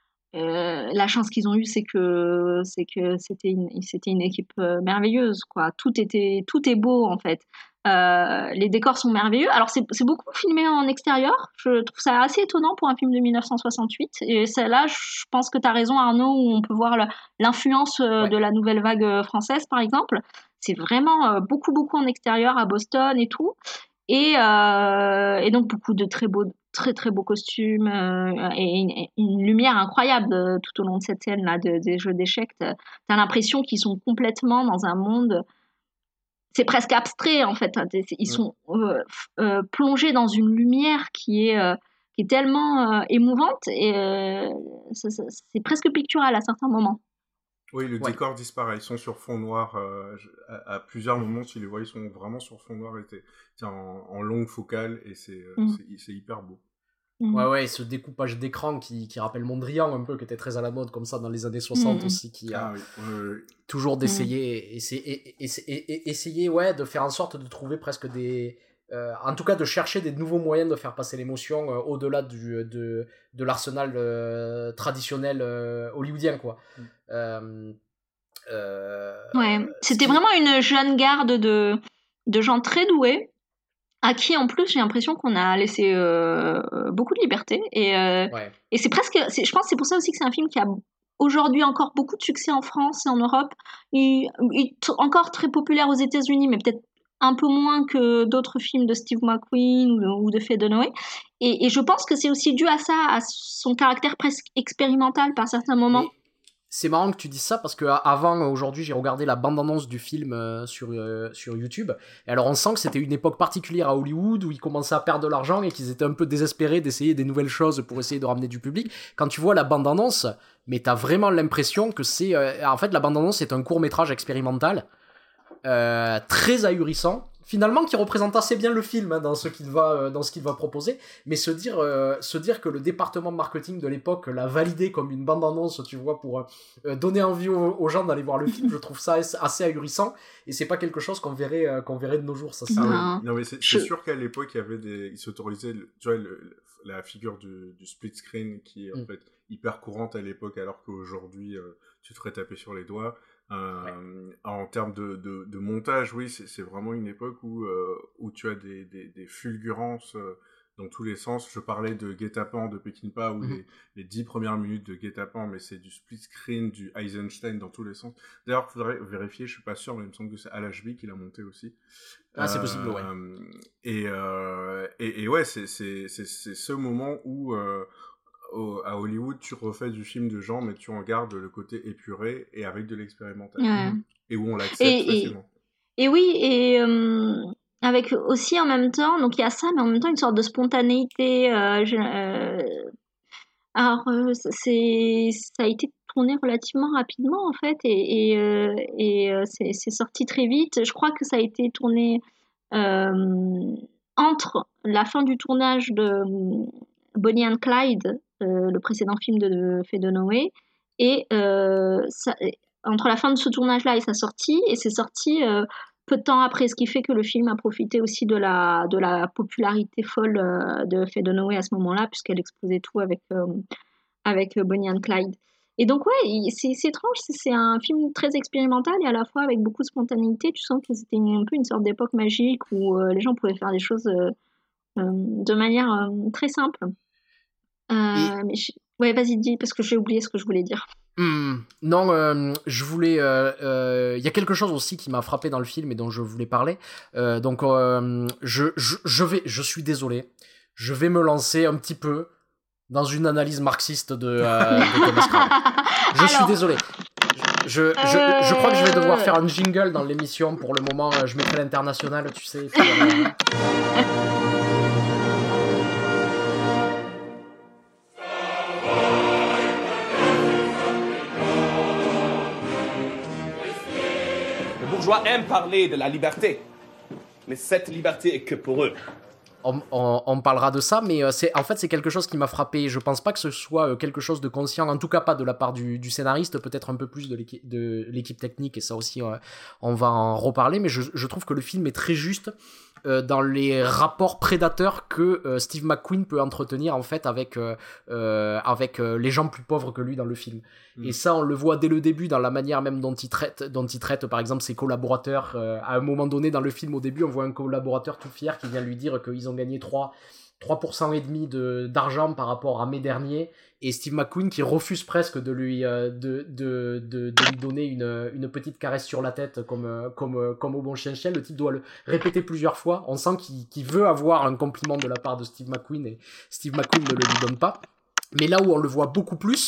la chance qu'ils ont eue, c'est que c'était une équipe merveilleuse, quoi. Tout est beau, en fait. Les décors sont merveilleux. Alors, c'est beaucoup filmé en extérieur. Je trouve ça assez étonnant pour un film de 1968. Et là, je pense que tu as raison, Arnaud, où on peut voir l'influence de la nouvelle vague française, par exemple. C'est vraiment beaucoup en extérieur, à Boston et tout. Et donc, beaucoup de très beaux costumes et une lumière incroyable tout au long de cette scène-là des jeux d'échecs. T'as l'impression qu'ils sont complètement dans un monde c'est presque abstrait en fait. Ils sont plongés dans une lumière qui est tellement émouvante et c'est presque pictural à certains moments. Oui, le décor disparaît. Ils sont sur fond noir. À plusieurs moments, tu les vois, ils sont vraiment sur fond noir et t'es en longue focale et c'est hyper beau. Ouais, ce découpage d'écran qui rappelle Mondrian un peu, qui était très à la mode comme ça dans les années 60 aussi, qui a toujours d'essayer, essayer de faire en sorte de trouver presque des... en tout cas de chercher des nouveaux moyens de faire passer l'émotion au-delà de l'arsenal traditionnel hollywoodien, quoi. C'était vraiment une jeune garde de gens très doués, à qui en plus j'ai l'impression qu'on a laissé beaucoup de liberté et c'est presque, je pense que c'est pour ça aussi que c'est un film qui a aujourd'hui encore beaucoup de succès en France et en Europe, il est encore très populaire aux États-Unis, mais peut-être un peu moins que d'autres films de Steve McQueen ou de Faye Dunaway, et je pense que c'est aussi dû à ça, à son caractère presque expérimental par certains moments. C'est marrant que tu dises ça parce que avant, aujourd'hui, j'ai regardé la bande-annonce du film sur YouTube. Et alors, on sent que c'était une époque particulière à Hollywood où ils commençaient à perdre de l'argent et qu'ils étaient un peu désespérés d'essayer des nouvelles choses pour essayer de ramener du public. Quand tu vois la bande-annonce, mais t'as vraiment l'impression que c'est... en fait, la bande-annonce est un court-métrage expérimental très ahurissant. Finalement, qui représente assez bien le film dans ce qu'il va proposer, mais se dire que le département marketing de l'époque l'a validé comme une bande-annonce, tu vois, pour donner envie aux gens d'aller voir le film, je trouve ça assez ahurissant, et c'est pas quelque chose qu'on verrait de nos jours, ça. Non, mais c'est sûr qu'à l'époque, ils s'autorisaient, tu vois, la figure du split screen qui est en fait hyper courante à l'époque, alors qu'aujourd'hui, tu te ferais taper sur les doigts. En termes de montage, oui, c'est vraiment une époque où tu as des fulgurances dans tous les sens. Je parlais de Guet-apens de Peckinpah, où les 10 premières minutes de Guet-apens, mais c'est du split screen, du Eisenstein dans tous les sens. D'ailleurs, il faudrait vérifier, je suis pas sûr, mais il me semble que c'est Al Ashby qui l'a monté aussi. C'est possible, ouais. Et ouais, c'est ce moment où... à Hollywood, tu refais du film de genre, mais tu en gardes le côté épuré et avec de l'expérimental. Et où on l'accepte facilement. Et oui, et avec aussi en même temps, donc il y a ça, mais en même temps une sorte de spontanéité. Alors, ça a été tourné relativement rapidement en fait, et c'est sorti très vite. Je crois que ça a été tourné entre la fin du tournage de Bonnie and Clyde, le précédent film de Faye Dunaway, et entre la fin de ce tournage-là et sa sortie, et c'est sorti peu de temps après, ce qui fait que le film a profité aussi de la popularité folle de Faye Dunaway à ce moment-là, puisqu'elle explosait tout avec Bonnie and Clyde. Et donc ouais, c'est étrange, c'est un film très expérimental et à la fois avec beaucoup de spontanéité. Tu sens que c'était un peu une sorte d'époque magique où les gens pouvaient faire des choses de manière très simple. Ouais, vas-y, dis, parce que j'ai oublié ce que je voulais dire. Non, je voulais... y a quelque chose aussi qui m'a frappé dans le film et dont je voulais parler. Je suis désolé. Je vais me lancer un petit peu dans une analyse marxiste de Thomas Crown. Je suis désolé. Je crois que je vais devoir faire un jingle dans l'émission. Pour le moment, je mettrai l'international, tu sais. Les bourgeois aiment parler de la liberté, mais cette liberté est que pour eux. On parlera de ça, mais en fait c'est quelque chose qui m'a frappé. Je pense pas que ce soit quelque chose de conscient, en tout cas pas de la part du scénariste, peut-être un peu plus de l'équipe technique, et ça aussi on va en reparler, mais je trouve que le film est très juste dans les rapports prédateurs que Steve McQueen peut entretenir en fait avec les gens plus pauvres que lui dans le film. Et ça on le voit dès le début dans la manière même dont il traite par exemple ses collaborateurs. À un moment donné dans le film, au début on voit un collaborateur tout fier qui vient lui dire qu'ils ont gagné 3% et demi d'argent par rapport à mai dernier, et Steve McQueen qui refuse presque de lui donner une petite caresse sur la tête comme au bon chien. Le type doit le répéter plusieurs fois. On sent qu'il veut avoir un compliment de la part de Steve McQueen, et Steve McQueen ne le lui donne pas. Mais là où on le voit beaucoup plus,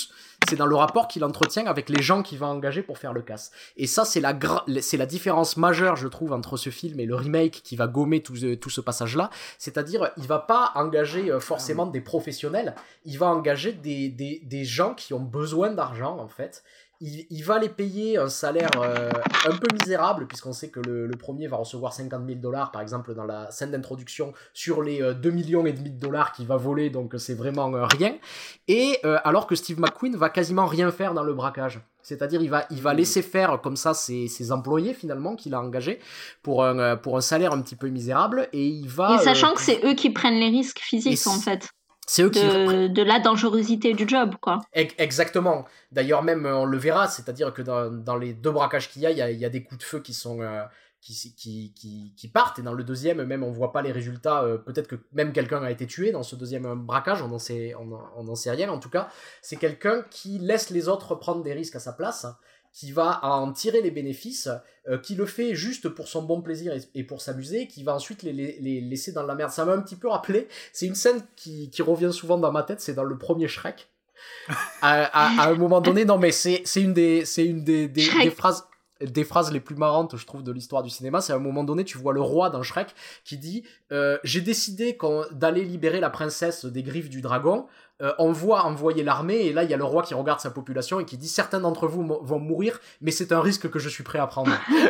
c'est dans le rapport qu'il entretient avec les gens qu'il va engager pour faire le casse. Et ça, c'est la différence majeure, je trouve, entre ce film et le remake qui va gommer tout ce passage-là. C'est-à-dire, il va pas engager forcément des professionnels, il va engager des gens qui ont besoin d'argent, en fait. Il va les payer un salaire un peu misérable, puisqu'on sait que le premier va recevoir $50,000, par exemple, dans la scène d'introduction, sur les $2,5 millions qu'il va voler, donc c'est vraiment rien. Et alors que Steve McQueen va quasiment rien faire dans le braquage. C'est-à-dire, il va laisser faire comme ça ses employés, finalement, qu'il a engagés, pour un salaire un petit peu misérable, et il va... Et sachant que c'est eux qui prennent les risques physiques, en fait. C'est eux de la dangerosité du job, quoi. Exactement. D'ailleurs, même, on le verra, c'est-à-dire que dans les 2 braquages qu'il y a, il y a des coups de feu qui sont... qui partent, et dans le deuxième, même, on voit pas les résultats. Peut-être que même quelqu'un a été tué dans ce deuxième braquage, on n'en sait rien. En tout cas, c'est quelqu'un qui laisse les autres prendre des risques à sa place, qui va en tirer les bénéfices, qui le fait juste pour son bon plaisir et pour s'amuser, qui va ensuite les laisser dans la merde. Ça m'a un petit peu rappelé, c'est une scène qui revient souvent dans ma tête, c'est dans le premier Shrek. À un moment donné, non mais c'est une des phrases les plus marrantes, je trouve, de l'histoire du cinéma. C'est à un moment donné, tu vois le roi dans Shrek qui dit j'ai décidé d'aller libérer la princesse des griffes du dragon. On voit envoyer l'armée, et là il y a le roi qui regarde sa population et qui dit certains d'entre vous vont mourir, mais c'est un risque que je suis prêt à prendre.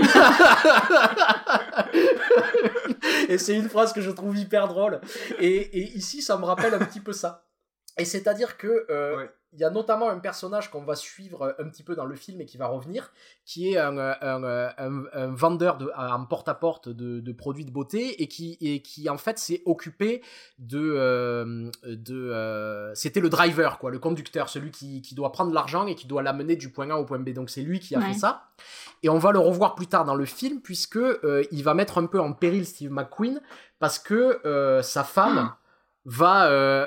Et c'est une phrase que je trouve hyper drôle, et ici ça me rappelle un petit peu ça. Et c'est-à-dire que il y a notamment un personnage qu'on va suivre un petit peu dans le film et qui va revenir, qui est un vendeur en porte-à-porte de produits de beauté, et qui en fait s'est occupé c'était le driver, quoi, le conducteur, celui qui doit prendre l'argent et qui doit l'amener du point A au point B. Donc c'est lui qui a fait ça. Et on va le revoir plus tard dans le film, puisque il va mettre un peu en péril Steve McQueen, parce que sa femme va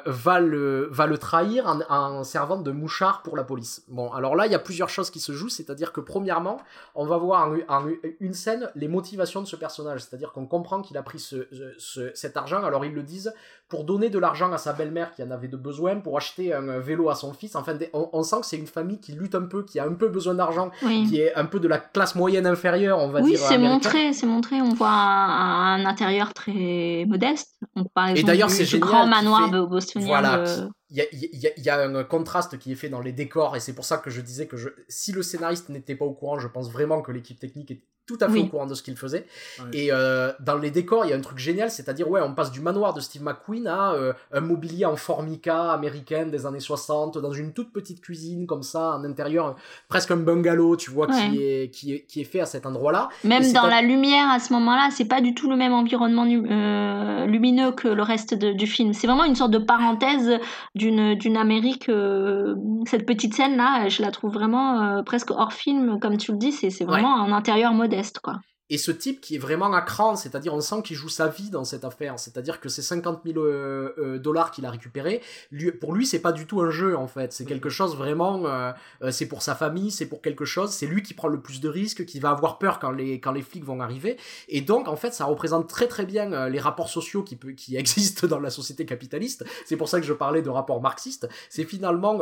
le trahir en servant de mouchard pour la police. Bon, alors là, il y a plusieurs choses qui se jouent, c'est-à-dire que premièrement, on va voir en une scène les motivations de ce personnage, c'est-à-dire qu'on comprend qu'il a pris cet argent, alors ils le disent, pour donner de l'argent à sa belle-mère qui en avait de besoin, pour acheter un vélo à son fils. Enfin, on sent que c'est une famille qui lutte un peu, qui a un peu besoin d'argent, qui est un peu de la classe moyenne inférieure, on va dire. Oui, c'est montré. On voit un intérieur très modeste. Par exemple, et d'ailleurs, c'est génial. Grand manoir bostonien. Voilà. Il y a un contraste qui est fait dans les décors, et c'est pour ça que je disais que si le scénariste n'était pas au courant, je pense vraiment que l'équipe technique est tout à fait au courant de ce qu'il faisait. Et dans les décors, il y a un truc génial, c'est-à-dire on passe du manoir de Steve McQueen à un mobilier en formica américaine des années 60, dans une toute petite cuisine comme ça, en intérieur, presque un bungalow, tu vois, qui est fait à cet endroit-là. Même dans la lumière à ce moment-là, c'est pas du tout le même environnement lumineux que le reste du film. C'est vraiment une sorte de parenthèse d'une Amérique. Cette petite scène-là, je la trouve vraiment presque hors film, comme tu le dis, c'est vraiment un intérieur modeste. Quoi. Et ce type qui est vraiment à cran, c'est-à-dire on sent qu'il joue sa vie dans cette affaire, c'est-à-dire que ces $50,000 qu'il a récupérés, pour lui c'est pas du tout un jeu en fait, c'est quelque chose vraiment, c'est pour sa famille, c'est pour quelque chose, c'est lui qui prend le plus de risques, qui va avoir peur quand les flics vont arriver, et donc en fait ça représente très très bien les rapports sociaux qui existent dans la société capitaliste. C'est pour ça que je parlais de rapports marxistes. C'est finalement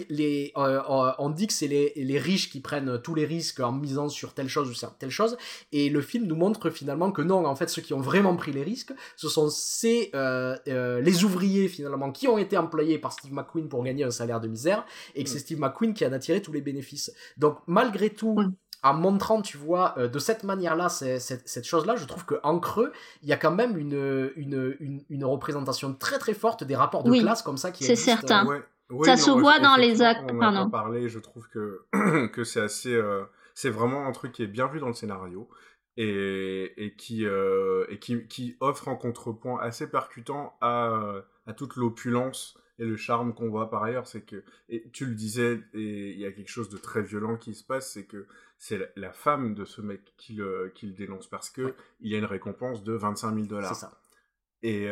on dit que c'est les riches qui prennent tous les risques en misant sur telle chose ou sur telle chose, et le film nous montre finalement que non, en fait, ceux qui ont vraiment pris les risques, ce sont les ouvriers finalement qui ont été employés par Steve McQueen pour gagner un salaire de misère, et que c'est Steve McQueen qui en a tiré tous les bénéfices. Donc malgré tout, en montrant, tu vois, de cette manière-là, cette chose-là, je trouve qu'en creux, il y a quand même une représentation très très forte des rapports de classe comme ça qui existent. C'est certain. Ça se voit dans les actes. On en a pas parlé, je trouve que c'est assez... c'est vraiment un truc qui est bien vu dans le scénario. Et qui offre un contrepoint assez percutant à toute l'opulence et le charme qu'on voit par ailleurs. C'est que, et tu le disais, et il y a quelque chose de très violent qui se passe, c'est que c'est la femme de ce mec qui le dénonce, parce que il y a une récompense de $25,000. C'est ça. Et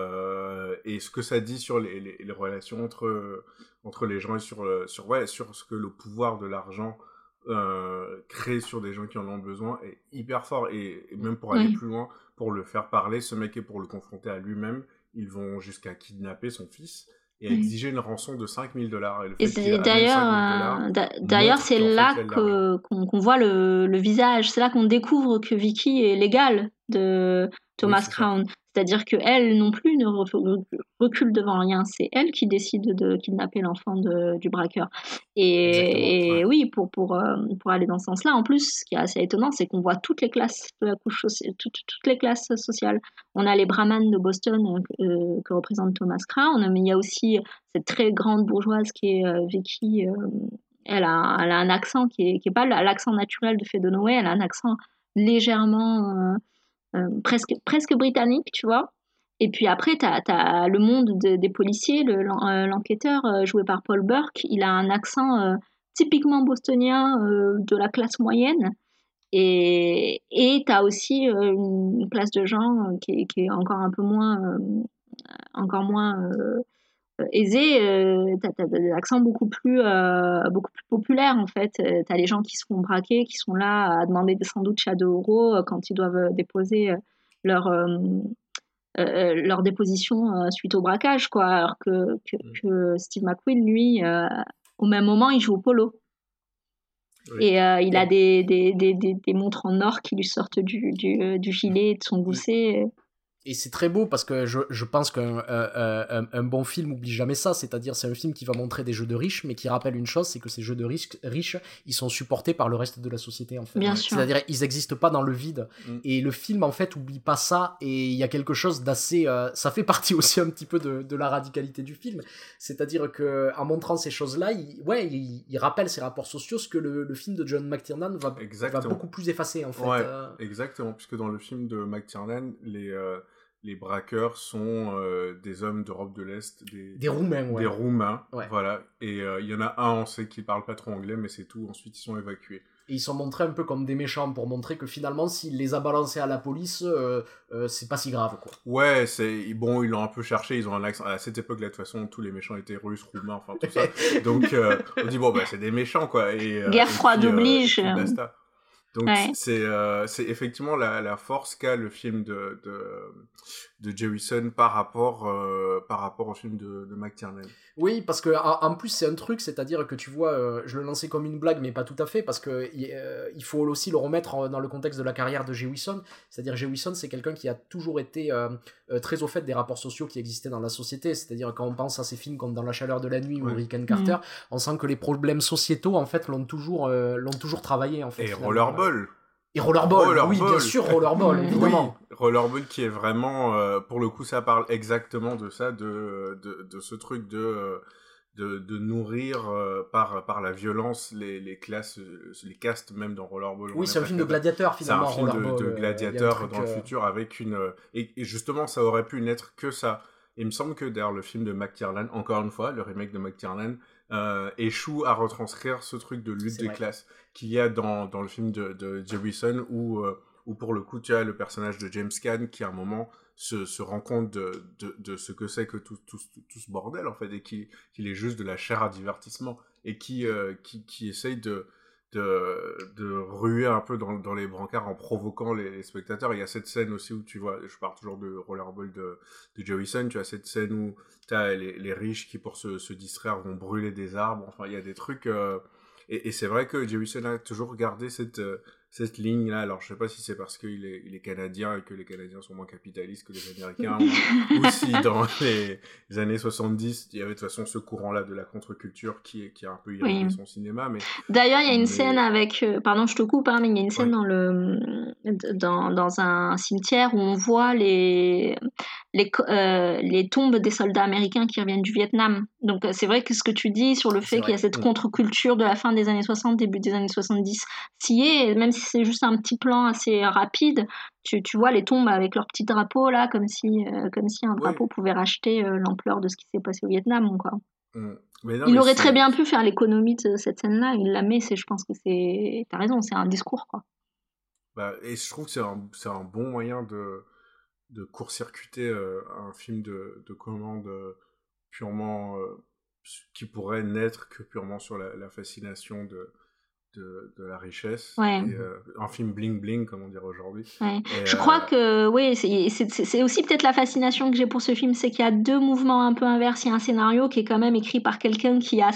ce que ça dit sur les relations entre les gens, et sur ce que le pouvoir de l'argent créé sur des gens qui en ont besoin est hyper fort, et même pour aller plus loin, pour le faire parler, ce mec, est pour le confronter à lui-même, ils vont jusqu'à kidnapper son fils et a exigé une rançon de $5 000. Et le Et fait qu'il c'est amène d'ailleurs, $5 000 d'ailleurs, montre c'est qu'en fait, là il a de l'argent. qu'on voit le visage. C'est là qu'on découvre que Vicky est l'égale de Oui, Thomas c'est ça. Crown. C'est-à-dire que elle non plus ne recule devant rien. C'est elle qui décide de kidnapper l'enfant du braqueur. Exactement. Et Ouais. oui, pour aller dans ce sens-là, en plus, ce qui est assez étonnant, c'est qu'on voit toutes les classes de la couche sociale, toutes les classes sociales. On a les brahmanes de Boston que représente Thomas Crown, mais il y a aussi cette très grande bourgeoise qui est Vicky. Elle a un accent qui est pas l'accent naturel de Faye Dunaway, elle a un accent légèrement presque britannique, tu vois. Et puis après, t'as le monde des policiers, l'enquêteur joué par Paul Burke, il a un accent typiquement bostonien de la classe moyenne. Et t'as aussi une classe de gens qui est encore moins aisé, t'as des accents beaucoup plus populaires en fait. T'as les gens qui se font braquer, qui sont là à demander des sandwichs à 2 euros quand ils doivent déposer leur, leur déposition suite au braquage, quoi. Alors que Steve McQueen, lui, au même moment, il joue au polo. Oui. Et il a Et- des montres en or qui lui sortent du gilet et de son gousset. Et c'est très beau parce que je pense qu'un bon film oublie jamais ça, c'est-à-dire c'est un film qui va montrer des jeux de riches, mais qui rappelle une chose, c'est que ces jeux de riches, ils sont supportés par le reste de la société en fait. Bien Ouais. sûr. C'est-à-dire ils n'existent pas dans le vide. Et le film en fait oublie pas ça, et il y a quelque chose d'assez... ça fait partie aussi un petit peu de la radicalité du film, c'est-à-dire que en montrant ces choses-là, il rappelle ces rapports sociaux, ce que le film de John McTiernan va Exactement. beaucoup plus effacer en fait. Ouais, exactement, puisque dans le film de McTiernan, les braqueurs sont des hommes d'Europe de l'Est, Des Roumains, ouais. des Roumains, Ouais. voilà. Et il y en a un, on sait qu'il parle pas trop anglais, mais c'est tout. Ensuite, ils sont évacués. Et ils sont montrés un peu comme des méchants pour montrer que finalement, s'il les a balancés à la police, c'est pas si grave, quoi. Ouais, bon, ils l'ont un peu cherché, ils ont un accent. À cette époque-là, de toute façon, tous les méchants étaient russes, roumains, enfin tout ça. Donc, on dit, bon, bah, c'est des méchants, quoi. Guerre froide oblige. Et puis basta. Donc, Ouais. c'est effectivement la force qu'a le film de Jewison par rapport au film de McTiernan. Oui, parce que en plus c'est un truc, c'est-à-dire que tu vois, je le lançais comme une blague, mais pas tout à fait, parce que il faut aussi le remettre dans le contexte de la carrière de Jewison. C'est-à-dire Jewison, c'est quelqu'un qui a toujours été très au fait des rapports sociaux qui existaient dans la société. C'est-à-dire quand on pense à ces films comme Dans la chaleur de la nuit ou Rick and Carter, on sent que les problèmes sociétaux en fait l'ont toujours travaillé en fait. Et finalement. Rollerball. Et Rollerball, oui, bien sûr, Rollerball, évidemment. Oui, Rollerball qui est vraiment, pour le coup, ça parle exactement de ça, de ce truc de nourrir par la violence les classes, les castes même dans Rollerball. Oui, c'est un film de gladiateur finalement. C'est un film de gladiateur truc, dans le futur avec une... et justement, ça aurait pu n'être que ça. Il me semble que d'ailleurs le film de McTiernan, encore une fois, le remake de McTiernan, échoue à retranscrire ce truc de lutte des classes qu'il y a dans le film de Jewison où pour le coup tu as le personnage de James Caan qui à un moment se rend compte de ce que c'est que tout ce bordel en fait et qu'il est juste de la chair à divertissement et qui essaye de ruer un peu dans les brancards en provoquant les spectateurs. Il y a cette scène aussi où tu vois, je pars toujours de Rollerball de Jewison, tu as cette scène où tu as les riches qui pour se distraire vont brûler des arbres, enfin il y a des trucs... Et c'est vrai que Jewison a toujours gardé cette ligne-là. Alors, je sais pas si c'est parce qu'il est canadien et que les Canadiens sont moins capitalistes que les Américains, ou si dans les années 70, il y avait de toute façon ce courant-là de la contre-culture qui a un peu irrigué son cinéma. D'ailleurs, il y a une scène avec... pardon, je te coupe, hein, mais il y a une scène dans un cimetière où on voit les tombes des soldats américains qui reviennent du Vietnam. Donc c'est vrai que ce que tu dis sur le fait qu'il y a cette contre-culture de la fin des années 60, début des années 70, s'y est, même si c'est juste un petit plan assez rapide, tu vois les tombes avec leur petit drapeau là, comme si un drapeau pouvait racheter l'ampleur de ce qui s'est passé au Vietnam, quoi. Il aurait très bien pu faire l'économie de cette scène-là, il la met, je pense que c'est... T'as raison, c'est un discours, quoi. Bah, et je trouve que c'est un bon moyen de court-circuiter un film de commande purement qui pourrait n'être que purement sur la fascination de la richesse. Ouais. Et, un film bling bling, comme on dirait aujourd'hui. Ouais. Et, Je crois que oui, c'est aussi peut-être la fascination que j'ai pour ce film, c'est qu'il y a deux mouvements un peu inverses. Il y a un scénario qui est quand même écrit par quelqu'un qui a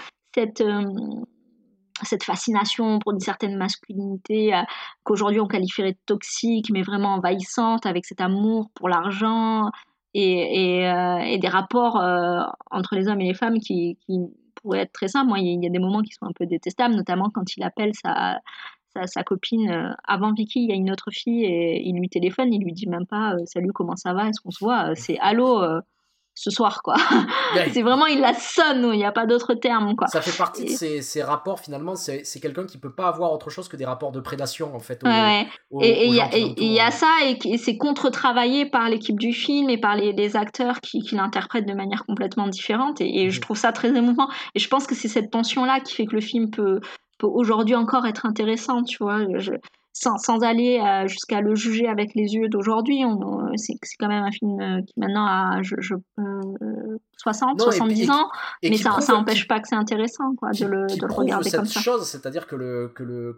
cette fascination pour une certaine masculinité qu'aujourd'hui on qualifierait de toxique, mais vraiment envahissante, avec cet amour pour l'argent et des rapports entre les hommes et les femmes qui pourraient être très simples. Moi, il y a des moments qui sont un peu détestables, notamment quand il appelle sa copine avant Vicky, il y a une autre fille et il lui téléphone, il lui dit même pas salut, comment ça va, est-ce qu'on se voit, c'est allô ce soir, quoi. Ouais. C'est vraiment, il la sonne, il n'y a pas d'autre terme, quoi. Ça fait partie de ces rapports, finalement, c'est quelqu'un qui peut pas avoir autre chose que des rapports de prédation, en fait. Ouais. Et il y a ça, et c'est contre-travaillé par l'équipe du film et par les acteurs qui l'interprètent de manière complètement différente, et je trouve ça très émouvant. Et je pense que c'est cette tension-là qui fait que le film peut aujourd'hui encore être intéressant, tu vois. Sans aller jusqu'à le juger avec les yeux d'aujourd'hui, c'est quand même un film qui maintenant a 60, 70 ans, mais ça n'empêche pas que c'est intéressant, quoi, de le regarder comme ça. Chose, c'est-à-dire que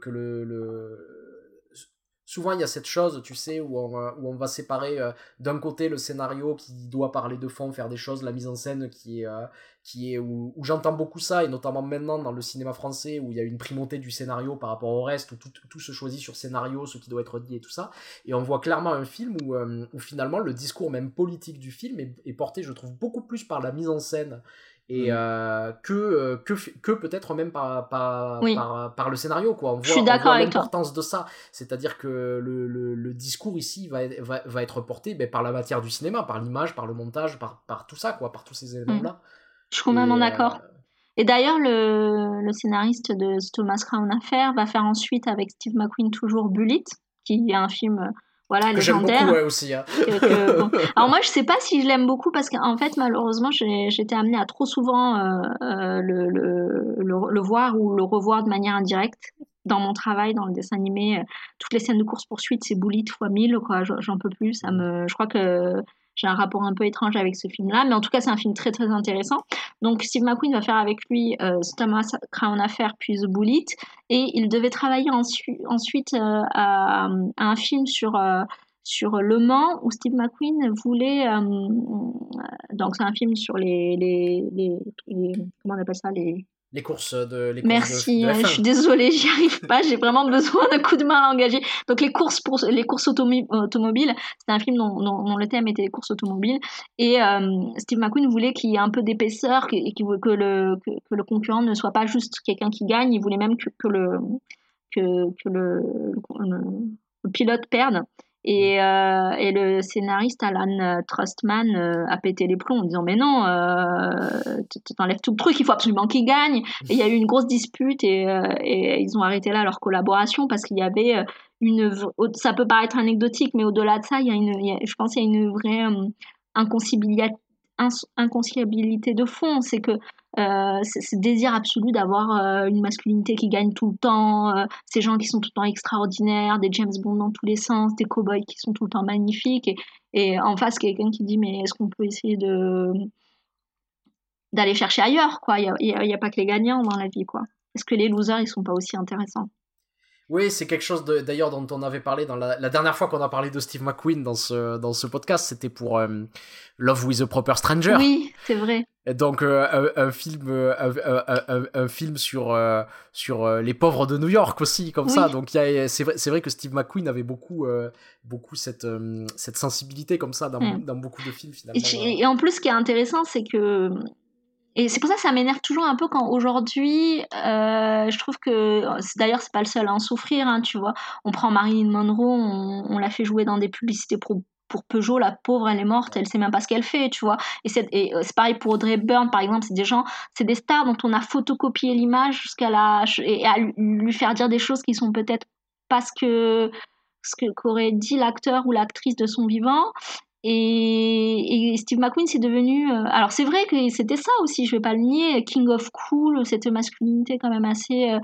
souvent il y a cette chose, tu sais, où on va séparer d'un côté le scénario qui doit parler de fond, faire des choses, la mise en scène qui est où j'entends beaucoup ça, et notamment maintenant dans le cinéma français où il y a une primauté du scénario par rapport au reste, où tout se choisit sur scénario, ce qui doit être dit et tout ça, et on voit clairement un film où finalement le discours même politique du film est porté, je trouve, beaucoup plus par la mise en scène et que peut-être même par le scénario, quoi. On voit l'importance de ça, c'est-à-dire que le discours ici va être porté par la matière du cinéma, par l'image, par le montage, par tout ça, quoi, par tous ces éléments-là. Je suis complètement d'accord. Et d'ailleurs, le scénariste de Thomas Crown Affair va faire ensuite avec Steve McQueen toujours Bullitt, qui est un film légendaire. Que j'aime beaucoup, ouais, aussi. Hein. Bon. Alors moi, je sais pas si je l'aime beaucoup parce qu'en fait, malheureusement, j'étais amenée à trop souvent le voir ou le revoir de manière indirecte. Dans mon travail, dans le dessin animé, toutes les scènes de course-poursuite, c'est Bullitt fois 1000, quoi. J'en peux plus. Je crois que j'ai un rapport un peu étrange avec ce film-là, mais en tout cas, c'est un film très, très intéressant. Donc, Steve McQueen va faire avec lui Thomas Crown Affair, puis The Bullitt, et il devait travailler ensuite à un film sur Le Mans, où Steve McQueen voulait... donc, c'est un film sur les comment on appelle ça, les courses de Merci, de F1. Je suis désolée, j'y arrive pas, j'ai vraiment besoin d'un coup de main à engager. Donc les courses automobiles, c'était un film dont le thème était les courses automobiles, et Steve McQueen voulait qu'il y ait un peu d'épaisseur, et que le concurrent ne soit pas juste quelqu'un qui gagne, il voulait même que le pilote perde. Et le scénariste Alan Trustman a pété les plombs en disant mais non, t'enlèves tout le truc, il faut absolument qu'il gagne. Et il y a eu une grosse dispute, et ils ont arrêté là leur collaboration parce qu'il y avait ça peut paraître anecdotique, mais au-delà de ça, je pense qu'il y a une vraie inconciliabilité de fond. C'est que ce désir absolu d'avoir une masculinité qui gagne tout le temps, ces gens qui sont tout le temps extraordinaires, des James Bond dans tous les sens, des cow-boys qui sont tout le temps magnifiques, et en face quelqu'un qui dit mais est-ce qu'on peut essayer d'aller chercher ailleurs, quoi. Il y a pas que les gagnants dans la vie, quoi. Est-ce que les losers ils sont pas aussi intéressants? Oui, c'est quelque chose d'ailleurs dont on avait parlé dans la dernière fois qu'on a parlé de Steve McQueen dans ce podcast, c'était pour Love with a Proper Stranger. Oui, c'est vrai. Et donc un film sur les pauvres de New York aussi, comme ça. Donc c'est vrai que Steve McQueen avait beaucoup cette sensibilité comme ça dans beaucoup de films, finalement. Et en plus, ce qui est intéressant, c'est que... Et c'est pour ça que ça m'énerve toujours un peu quand aujourd'hui, je trouve que, d'ailleurs c'est pas le seul à en souffrir, hein, tu vois, on prend Marilyn Monroe, on l'a fait jouer dans des publicités pour Peugeot, la pauvre, elle est morte, elle sait même pas ce qu'elle fait, tu vois, et c'est pareil pour Audrey Hepburn, par exemple, c'est des stars dont on a photocopié l'image et à lui faire dire des choses qui sont peut-être pas ce qu'aurait dit l'acteur ou l'actrice de son vivant. Et Steve McQueen, c'est devenu... alors c'est vrai que c'était ça aussi, je vais pas le nier, King of Cool, cette masculinité quand même assez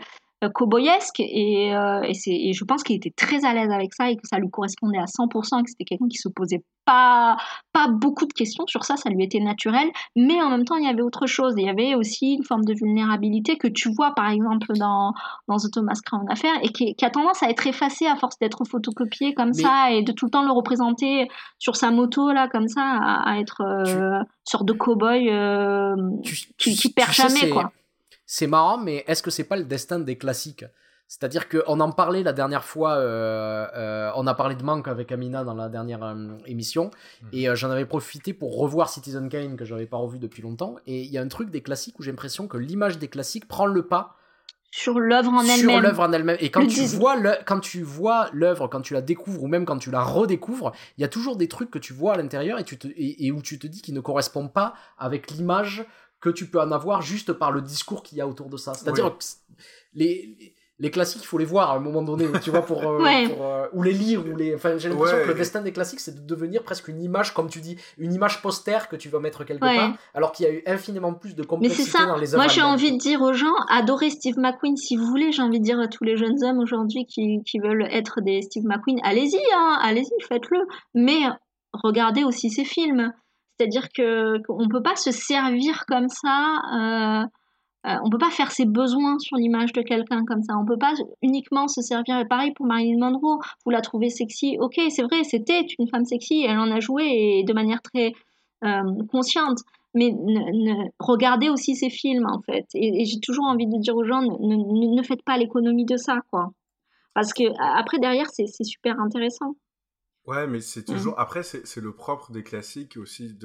cowboyesque et je pense qu'il était très à l'aise avec ça et que ça lui correspondait à 100% et que c'était quelqu'un qui se posait pas beaucoup de questions sur ça lui était naturel, mais en même temps il y avait autre chose, il y avait aussi une forme de vulnérabilité que tu vois par exemple dans The Thomas Crown Affair et qui a tendance à être effacée à force d'être photocopié comme ça et de tout le temps le représenter sur sa moto là comme ça à être sorte de cow-boy qui perd jamais quoi. C'est marrant, mais est-ce que c'est pas le destin des classiques ? C'est-à-dire qu'on en parlait la dernière fois, on a parlé de Manque avec Amina dans la dernière émission, et j'en avais profité pour revoir Citizen Kane que j'avais pas revu depuis longtemps, et il y a un truc des classiques où j'ai l'impression que l'image des classiques prend le pas sur l'œuvre en elle-même. Et quand tu vois l'œuvre, quand tu la découvres ou même quand tu la redécouvres, il y a toujours des trucs que tu vois à l'intérieur et où tu te dis qu'ils ne correspondent pas avec l'image que tu peux en avoir juste par le discours qu'il y a autour de ça. C'est-à-dire que les classiques, il faut les voir à un moment donné, tu vois, ou les lire, enfin, j'ai l'impression que le destin des classiques, c'est de devenir presque une image, comme tu dis, une image poster que tu vas mettre quelque part, alors qu'il y a eu infiniment plus de complexité dans les œuvres. Moi, j'ai envie de dire aux gens, adorez Steve McQueen si vous voulez. J'ai envie de dire à tous les jeunes hommes aujourd'hui qui veulent être des Steve McQueen, allez-y, faites-le. Mais regardez aussi ses films. C'est-à-dire qu'on peut pas se servir comme ça. On peut pas faire ses besoins sur l'image de quelqu'un comme ça. On peut pas uniquement se servir. Et pareil pour Marilyn Monroe. Vous la trouvez sexy. Ok, c'est vrai, c'était une femme sexy. Elle en a joué et de manière très consciente. Mais regardez aussi ses films en fait. Et j'ai toujours envie de dire aux gens, ne faites pas l'économie de ça, quoi. Parce que après derrière, c'est super intéressant. Ouais, mais c'est toujours. Après, c'est le propre des classiques aussi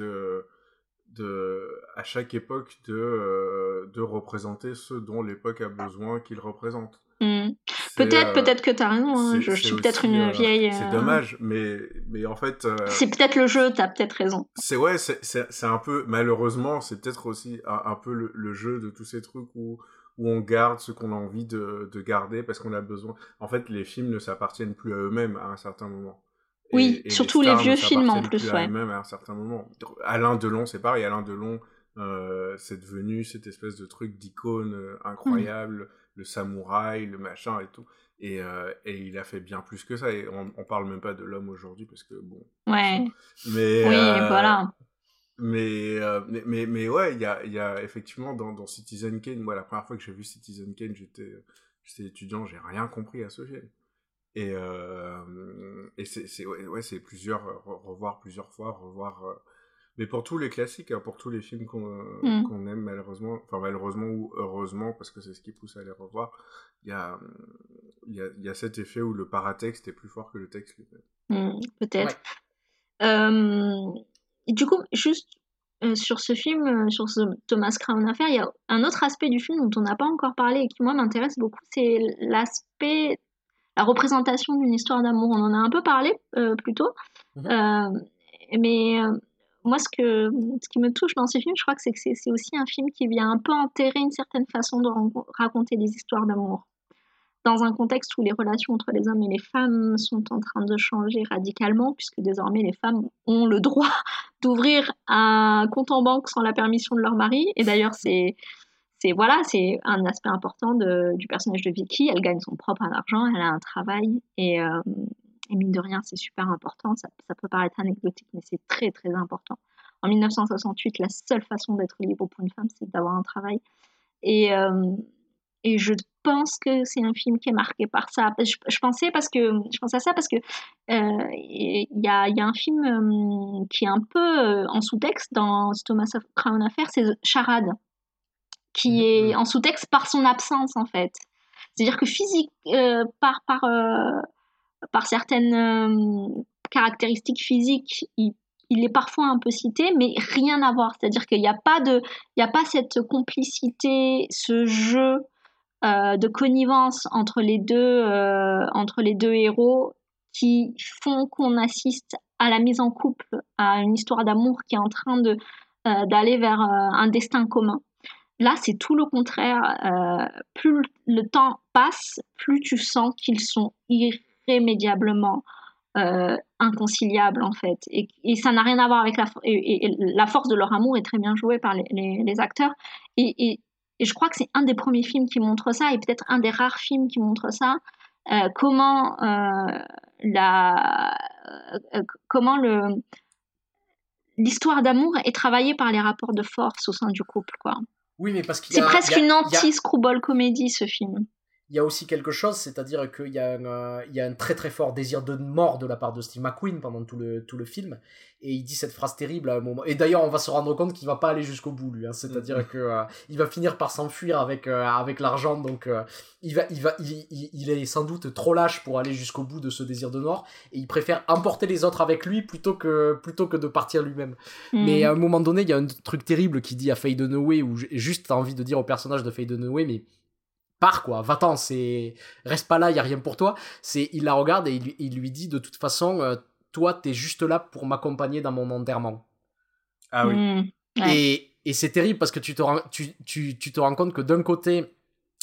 à chaque époque de représenter ceux dont l'époque a besoin qu'ils représentent. Peut-être que t'as raison, hein. Je suis peut-être une vieille... C'est dommage, mais en fait... c'est peut-être le jeu, t'as peut-être raison. C'est un peu, malheureusement, c'est peut-être aussi un peu le jeu de tous ces trucs où on garde ce qu'on a envie de garder parce qu'on a besoin... En fait, les films ne s'appartiennent plus à eux-mêmes à un certain moment. Oui, surtout les vieux films en plus, ouais. Même à un certain moment. Alain Delon, c'est pareil. Alain Delon, c'est devenu cette espèce de truc d'icône incroyable, le samouraï, le machin et tout. Et il a fait bien plus que ça. Et on parle même pas de l'homme aujourd'hui parce que bon. Ouais. Mais voilà. Mais ouais, il y a effectivement dans Citizen Kane. Moi, la première fois que j'ai vu Citizen Kane, j'étais étudiant, j'ai rien compris à ce film. Et c'est revoir plusieurs fois, mais pour tous les classiques, hein, pour tous les films qu'on aime malheureusement ou heureusement, parce que c'est ce qui pousse à les revoir, il y a cet effet où le paratexte est plus fort que le texte lui-même. Peut-être. Ouais. Du coup, juste sur ce film, sur ce Thomas Crown Affair, il y a un autre aspect du film dont on n'a pas encore parlé et qui moi m'intéresse beaucoup, c'est la représentation d'une histoire d'amour. On en a un peu parlé plus tôt, mais moi ce qui me touche dans ce film, je crois que c'est aussi un film qui vient un peu enterrer une certaine façon de raconter des histoires d'amour dans un contexte où les relations entre les hommes et les femmes sont en train de changer radicalement, puisque désormais les femmes ont le droit d'ouvrir un compte en banque sans la permission de leur mari. Et d'ailleurs c'est un aspect important du personnage de Vicky. Elle gagne son propre argent, elle a un travail et mine de rien, c'est super important. Ça peut paraître anecdotique, mais c'est très très important. En 1968, la seule façon d'être libre pour une femme, c'est d'avoir un travail. Et je pense que c'est un film qui est marqué par ça. Je pense à ça parce que il y a un film qui est un peu en sous-texte dans Thomas Crown Affair, c'est Charade, qui est en sous-texte par son absence en fait. C'est-à-dire que physique, par certaines caractéristiques physiques, il est parfois un peu cité, mais rien à voir. C'est-à-dire qu'il n'y a pas cette complicité, ce jeu de connivence entre les deux héros qui font qu'on assiste à la mise en couple, à une histoire d'amour qui est en train d'aller vers un destin commun. Là, c'est tout le contraire. Plus le temps passe, plus tu sens qu'ils sont irrémédiablement inconciliables, en fait. Et ça n'a rien à voir avec la force de leur amour est très bien jouée par les acteurs. Et et je crois que c'est un des premiers films qui montre ça, et peut-être un des rares films qui montre ça, comment l'histoire d'amour est travaillée par les rapports de force au sein du couple, quoi. Oui, mais parce qu'il C'est presque une anti-screwball comédie, ce film. Il y a aussi quelque chose, c'est-à-dire qu'il y a un très très fort désir de mort de la part de Steve McQueen pendant tout le film, et il dit cette phrase terrible à un moment. Et d'ailleurs, on va se rendre compte qu'il va pas aller jusqu'au bout, lui. Hein. C'est-à-dire que il va finir par s'enfuir avec l'argent, donc il est sans doute trop lâche pour aller jusqu'au bout de ce désir de mort, et il préfère emporter les autres avec lui plutôt que de partir lui-même. Mais à un moment donné, il y a un truc terrible qui dit à Faye Dunaway, où j'ai juste envie de dire au personnage de Faye Dunaway, mais pars quoi, va-t'en, reste pas là, y a rien pour toi. Il la regarde et il lui dit de toute façon, toi t'es juste là pour m'accompagner dans mon enterrement. Ah oui. Ouais. Et c'est terrible parce que tu te rends compte que d'un côté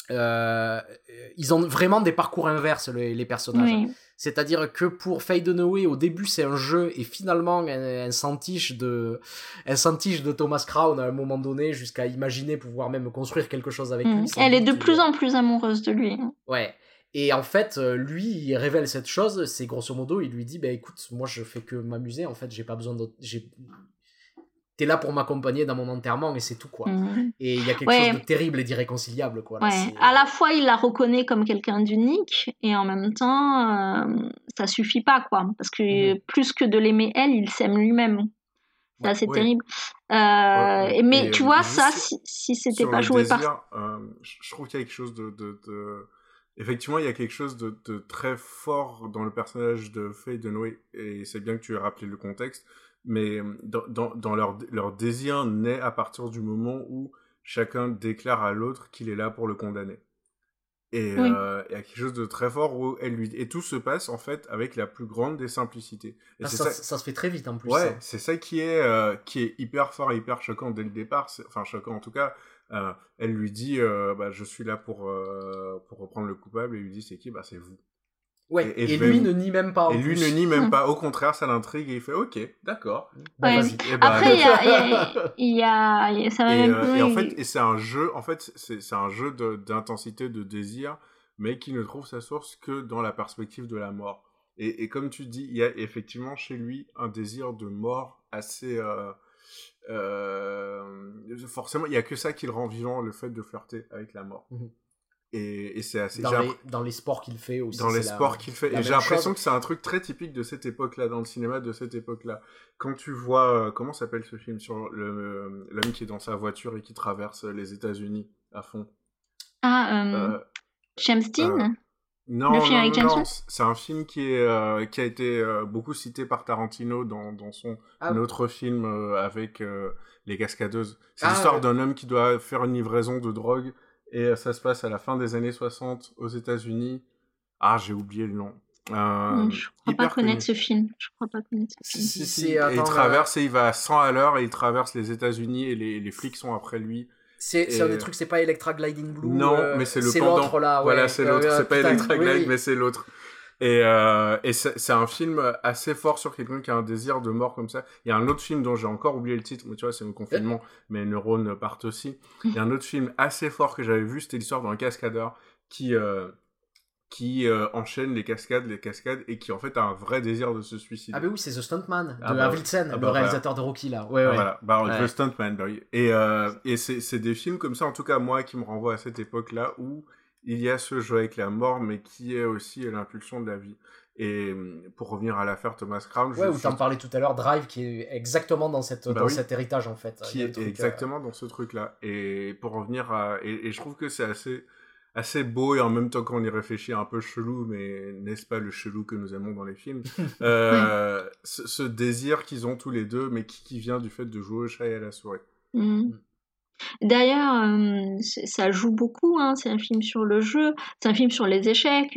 ils ont vraiment des parcours inverses les personnages. Oui. C'est-à-dire que pour Faye Dunaway, au début c'est un jeu et finalement elle s'entiche de Thomas Crown à un moment donné jusqu'à imaginer pouvoir même construire quelque chose avec lui. Elle est de plus en plus amoureuse de lui. Ouais. Et en fait, lui, il révèle cette chose, c'est grosso modo, il lui dit, bah écoute, moi je fais que m'amuser, en fait, j'ai pas besoin d'autre... T'es là pour m'accompagner dans mon enterrement et c'est tout, quoi. Et il y a quelque chose de terrible et d'irréconciliable, quoi. Là, à la fois, il la reconnaît comme quelqu'un d'unique et en même temps, ça suffit pas, quoi. Parce que plus que de l'aimer elle, il s'aime lui-même. C'est assez terrible. Mais tu vois, ça, si c'était pas joué désir, je trouve qu'il y a quelque chose Effectivement, il y a quelque chose de très fort dans le personnage de Faye Dunaway, et c'est bien que tu aies rappelé le contexte. Mais dans leur désir naît à partir du moment où chacun déclare à l'autre qu'il est là pour le condamner. Et il y a quelque chose de très fort où elle lui... Et tout se passe, en fait, avec la plus grande des simplicités. Et ça se fait très vite, en plus. Ouais, c'est ça qui est hyper fort et hyper choquant dès le départ. Enfin, choquant en tout cas. Elle lui dit, je suis là pour reprendre le coupable. Et il lui dit, c'est qui ? C'est vous. Ouais, et lui ne nie même pas. Et lui ne nie même pas. Au contraire, ça l'intrigue et il fait OK, d'accord. Vas-y. Après, il y a ça va même plus. Et en fait, c'est un jeu. En fait, c'est un jeu d'intensité, de désir, mais qui ne trouve sa source que dans la perspective de la mort. Et comme tu dis, il y a effectivement chez lui un désir de mort assez. Forcément, il y a que ça qui le rend vivant, le fait de flirter avec la mort. Et c'est assez... Dans les sports qu'il fait aussi. Dans les sports qu'il fait. Et j'ai l'impression que c'est un truc très typique de cette époque-là, dans le cinéma de cette époque-là. Quand tu vois... comment s'appelle ce film sur l'homme qui est dans sa voiture et qui traverse les États-Unis à fond. James Dean Non, c'est un film qui a été beaucoup cité par Tarantino dans son autre film avec les cascadeuses. C'est l'histoire d'un homme qui doit faire une livraison de drogue. Et ça se passe à la fin des années 60 aux États-Unis. J'ai oublié le nom. Je crois pas connaître ce film. Il traverse et il va à 100 à l'heure et il traverse les États-Unis et les flics sont après lui. C'est un des trucs, c'est pas Electra Gliding Blue. Non, mais c'est le pendant. L'autre là. Voilà, c'est l'autre. C'est pas Electra Glide, mais c'est l'autre. Et c'est un film assez fort sur quelqu'un qui a un désir de mort comme ça. Il y a un autre film dont j'ai encore oublié le titre, mais tu vois, c'est le confinement, mes neurones partent aussi. Il y a un autre film assez fort que j'avais vu, c'était l'histoire d'un cascadeur qui enchaîne les cascades, et qui en fait a un vrai désir de se suicider. Ah bah oui, c'est The Stuntman de Avildsen, le réalisateur de Rocky là. Ouais. Voilà, The Stuntman. Et c'est des films comme ça, en tout cas moi, qui me renvoient à cette époque-là où il y a ce jeu avec la mort, mais qui est aussi l'impulsion de la vie. Et pour revenir à l'affaire Thomas Crown... où t'en parlais tout à l'heure, Drive, qui est exactement dans cet héritage, en fait. Qui est exactement dans ce truc-là. Et pour revenir à... Et je trouve que c'est assez beau, et en même temps, quand on y réfléchit, un peu chelou, mais n'est-ce pas le chelou que nous aimons dans les films ce désir qu'ils ont tous les deux, mais qui vient du fait de jouer au chat et à la souris. D'ailleurs, ça joue beaucoup, hein. C'est un film sur le jeu, c'est un film sur les échecs.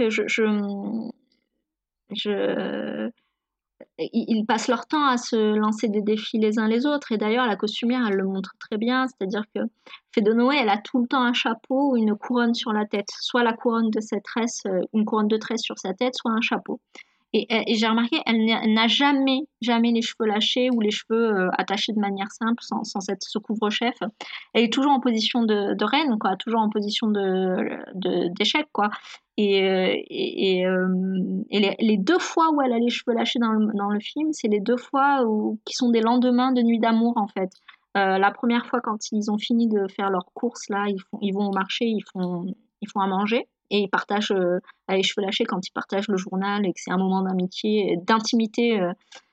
Ils passent leur temps à se lancer des défis les uns les autres, et d'ailleurs la costumière elle le montre très bien, c'est-à-dire que Faye Dunaway elle a tout le temps un chapeau ou une couronne sur la tête, soit la couronne de ses tresses, une couronne de tresses sur sa tête, soit un chapeau. Et j'ai remarqué, elle n'a jamais les cheveux lâchés ou les cheveux attachés de manière simple, sans ce couvre-chef. Elle est toujours en position de reine, quoi, toujours en position d'échec, quoi. Et les 2 fois où elle a les cheveux lâchés dans le film, c'est les 2 fois qui sont des lendemains de nuit d'amour, en fait. La première fois, quand ils ont fini de faire leurs courses, là, ils vont au marché, ils font à manger. Et ils partagent les cheveux lâchés quand ils partagent le journal et que c'est un moment d'amitié, d'intimité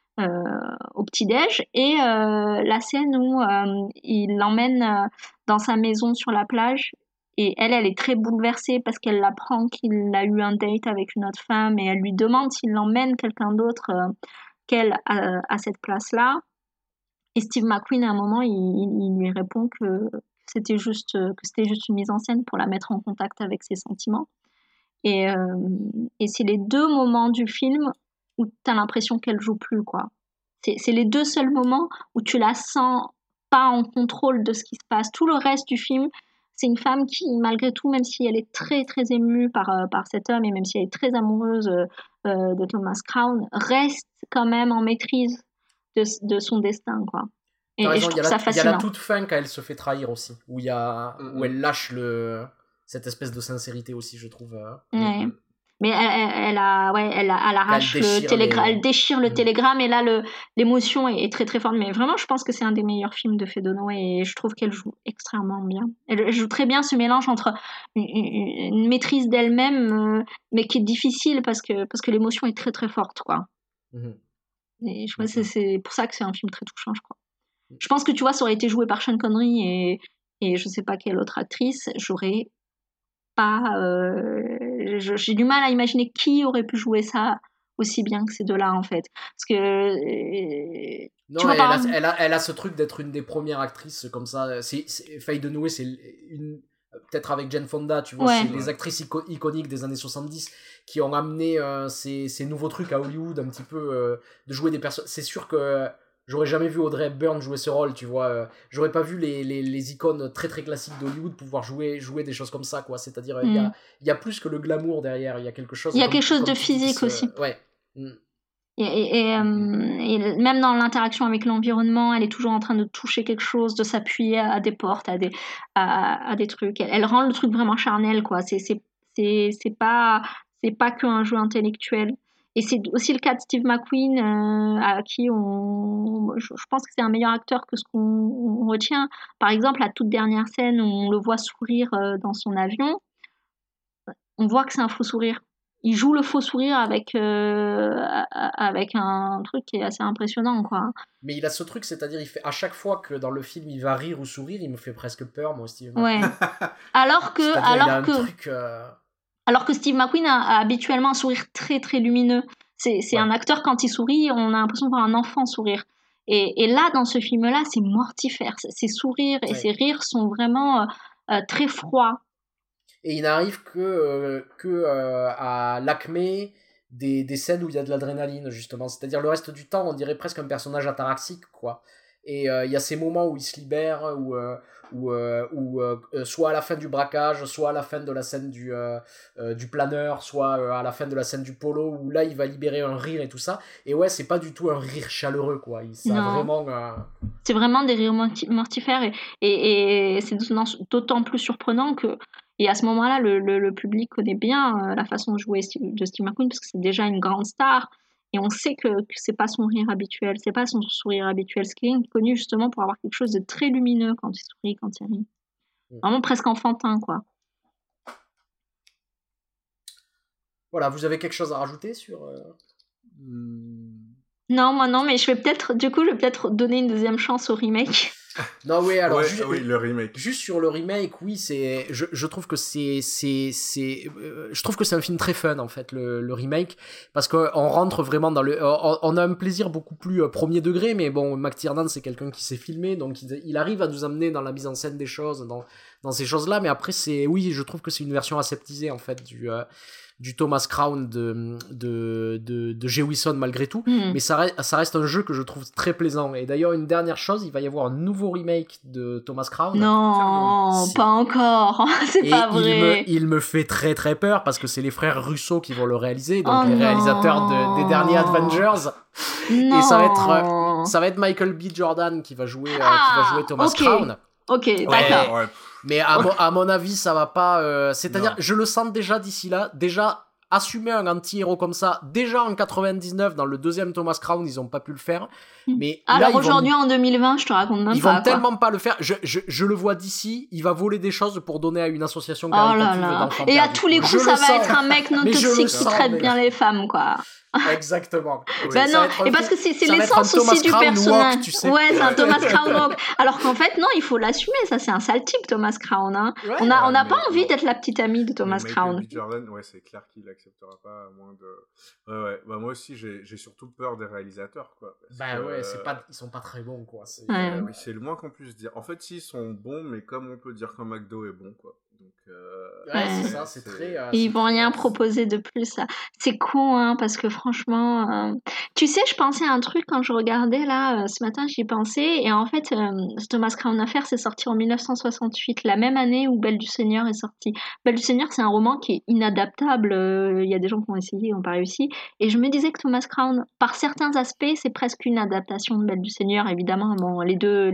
au petit-déj. Et la scène où il l'emmène dans sa maison sur la plage. Et elle est très bouleversée parce qu'elle apprend qu'il a eu un date avec une autre femme et elle lui demande s'il emmène quelqu'un d'autre qu'elle à cette place-là. Et Steve McQueen, à un moment, il lui répond que c'était juste une mise en scène pour la mettre en contact avec ses sentiments. Et c'est les 2 moments du film où tu as l'impression qu'elle joue plus, quoi. C'est les 2 seuls moments où tu la sens pas en contrôle de ce qui se passe. Tout le reste du film, c'est une femme qui, malgré tout, même si elle est très très émue par cet homme et même si elle est très amoureuse de Thomas Crown, reste quand même en maîtrise de son destin, quoi. Et je trouve ça fascinant. Il y a la toute fin quand elle se fait trahir aussi, où elle lâche cette espèce de sincérité aussi, je trouve. Ouais. Mais elle arrache le télégramme, elle déchire le télégramme, et là l'émotion est très très forte. Mais vraiment, je pense que c'est un des meilleurs films de Faye Dunaway et je trouve qu'elle joue extrêmement bien. Elle joue très bien ce mélange entre une maîtrise d'elle-même, mais qui est difficile parce que l'émotion est très très forte, quoi. Et je pense que c'est pour ça que c'est un film très touchant, je crois. Je pense que tu vois, ça aurait été joué par Sean Connery et je sais pas quelle autre actrice, j'aurais pas. J'ai du mal à imaginer qui aurait pu jouer ça aussi bien que ces 2-là, en fait. Parce que. Non, elle a ce truc d'être une des premières actrices comme ça. Faye Dunaway, c'est peut-être avec Jane Fonda, tu vois, c'est les actrices iconiques des années 70 qui ont amené ces nouveaux trucs à Hollywood, un petit peu, de jouer des personnes. C'est sûr que j'aurais jamais vu Audrey Hepburn jouer ce rôle, tu vois. J'aurais pas vu les icônes très très classiques d'Hollywood pouvoir jouer des choses comme ça, quoi. C'est-à-dire, il y a plus que le glamour derrière, il y a quelque chose. Il y a quelque chose de physique aussi. Ouais. Et même dans l'interaction avec l'environnement, elle est toujours en train de toucher quelque chose, de s'appuyer à des portes, à des trucs. Elle rend le truc vraiment charnel, quoi. C'est pas qu'un jeu intellectuel. Et c'est aussi le cas de Steve McQueen, à qui je pense que c'est un meilleur acteur que ce qu'on retient. Par exemple, la toute dernière scène où on le voit sourire dans son avion, on voit que c'est un faux sourire. Il joue le faux sourire avec un truc qui est assez impressionnant, quoi. Mais il a ce truc, c'est-à-dire, il fait à chaque fois que dans le film il va rire ou sourire, il me fait presque peur, moi, Steve McQueen. Ouais. Alors que Steve McQueen a habituellement un sourire très très lumineux. C'est un acteur, quand il sourit, on a l'impression de voir un enfant sourire. Et là, dans ce film-là, c'est mortifère. Ses sourires et ses rires sont vraiment très froids. Et il n'arrive que à l'acmé des scènes où il y a de l'adrénaline, justement. C'est-à-dire, le reste du temps, on dirait presque un personnage ataraxique, quoi. Et il y a ces moments où il se libère, où soit à la fin du braquage, soit à la fin de la scène du planeur, soit à la fin de la scène du polo, où là il va libérer un rire et tout ça. Et ouais, c'est pas du tout un rire chaleureux, quoi. C'est vraiment des rires mortifères, et c'est d'autant plus surprenant que. Et à ce moment-là, le public connaît bien la façon de jouer de Steve McQueen, parce que c'est déjà une grande star. Et on sait que c'est pas son rire habituel, c'est pas son sourire habituel. C'est quelqu'un qui est connu justement pour avoir quelque chose de très lumineux quand il sourit, quand il rit. Vraiment presque enfantin, quoi. Voilà, vous avez quelque chose à rajouter sur... Non, moi non, mais je vais peut-être donner une deuxième chance au remake. Non, oui, alors... oui, le remake. Juste sur le remake, oui, je trouve que je trouve que c'est un film très fun, en fait, le remake, parce qu'on rentre vraiment dans on a un plaisir beaucoup plus premier degré, mais bon, McTiernan, c'est quelqu'un qui sait filmer, donc il arrive à nous amener dans la mise en scène des choses, dans ces choses-là, mais après, oui, je trouve que c'est une version aseptisée, en fait, du Thomas Crown de Jay Wilson malgré tout, mais ça reste un jeu que je trouve très plaisant. Et d'ailleurs, une dernière chose, il va y avoir un nouveau remake de Thomas Crown. Non, pas encore, c'est pas vrai. Il me fait très très peur parce que c'est les frères Russo qui vont le réaliser, donc les réalisateurs des derniers Avengers. Non. Et ça va être Michael B. Jordan qui va jouer Thomas Crown. Ok, d'accord. Ouais. Mais à mon avis, ça va pas. C'est-à-dire, je le sens déjà d'ici là. Déjà, assumer un anti-héros comme ça, déjà en 99, dans le deuxième Thomas Crown, ils ont pas pu le faire. Mais alors là, aujourd'hui, en 2020, je te raconte même pas. Ils vont tellement pas le faire. Je le vois d'ici, il va voler des choses pour donner à une association caritative d'enfants perdus. Et à tous les coups, ça va être un mec non toxique qui traite bien les femmes, quoi. Exactement. Bah non, et parce que c'est l'essence aussi du personnage. Walk, tu sais. Ouais, c'est un Thomas Crown Walk. Alors qu'en fait, non, il faut l'assumer, ça c'est un sale type, Thomas Crown. Hein. Ouais, on n'a pas envie d'être la petite amie de Thomas Crown. Michael B. Jordan, ouais, c'est clair qu'il l'acceptera pas à moins de... Ouais. Bah moi aussi, j'ai surtout peur des réalisateurs, quoi. Ils sont pas très bons, quoi. Oui, c'est le moins qu'on puisse dire. En fait, ils sont bons, mais comme on peut dire qu'un McDo est bon, quoi. Donc, c'est ça, c'est très... ils vont rien proposer de plus. C'est con, hein, parce que franchement... Tu sais, je pensais à un truc quand je regardais, là, ce matin, j'y pensais, et en fait, Thomas Crown Affair, c'est sorti en 1968, la même année où Belle du Seigneur est sorti. Belle du Seigneur, c'est un roman qui est inadaptable, il y a des gens qui ont essayé, qui n'ont pas réussi, et je me disais que Thomas Crown, par certains aspects, c'est presque une adaptation de Belle du Seigneur, évidemment, bon, les deux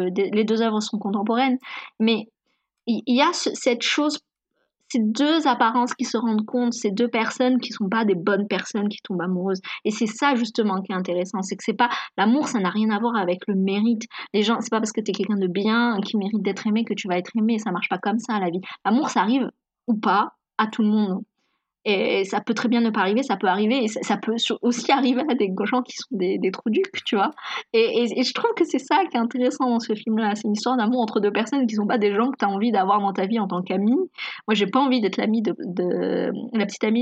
œuvres sont contemporaines, mais il y a cette chose, ces deux apparences qui se rendent compte, ces deux personnes qui sont pas des bonnes personnes qui tombent amoureuses. Et c'est ça justement qui est intéressant, c'est que c'est pas l'amour, ça n'a rien à voir avec le mérite. Les gens, c'est pas parce que tu es quelqu'un de bien qui mérite d'être aimé que tu vas être aimé, ça marche pas comme ça la vie. L'amour, ça arrive ou pas à tout le monde. Et ça peut très bien ne pas arriver, ça peut arriver, et ça peut aussi arriver à des gens qui sont des trous ducs, tu vois. Et je trouve que c'est ça qui est intéressant dans ce film-là. C'est une histoire d'amour entre deux personnes qui sont pas des gens que tu as envie d'avoir dans ta vie en tant qu'ami. Moi, j'ai pas envie d'être l'amie la petite amie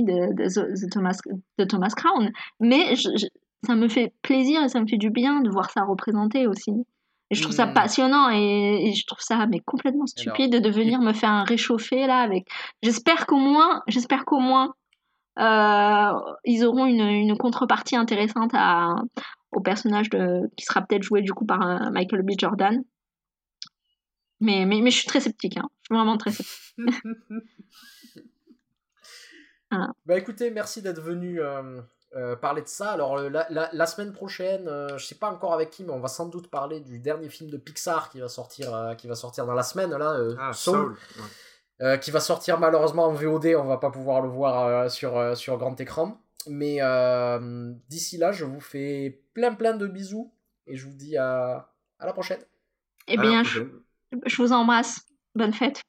de Thomas Crown, mais ça me fait plaisir et ça me fait du bien de voir ça représenté aussi. Et je trouve ça passionnant et je trouve ça mais complètement stupide de venir me faire un réchauffé là avec. J'espère qu'au moins ils auront une contrepartie intéressante au personnage qui sera peut-être joué du coup par Michael B. Jordan. Mais je suis très sceptique, hein. Je suis vraiment très sceptique. Voilà. Bah écoutez, merci d'être venu parler de ça. Alors la semaine prochaine, je sais pas encore avec qui, mais on va sans doute parler du dernier film de Pixar qui va sortir dans la semaine là, Soul. Qui va sortir malheureusement en VOD, on va pas pouvoir le voir sur grand écran. Mais d'ici là, je vous fais plein de bisous et je vous dis à la prochaine. Eh bien, je vous embrasse. Bonne fête.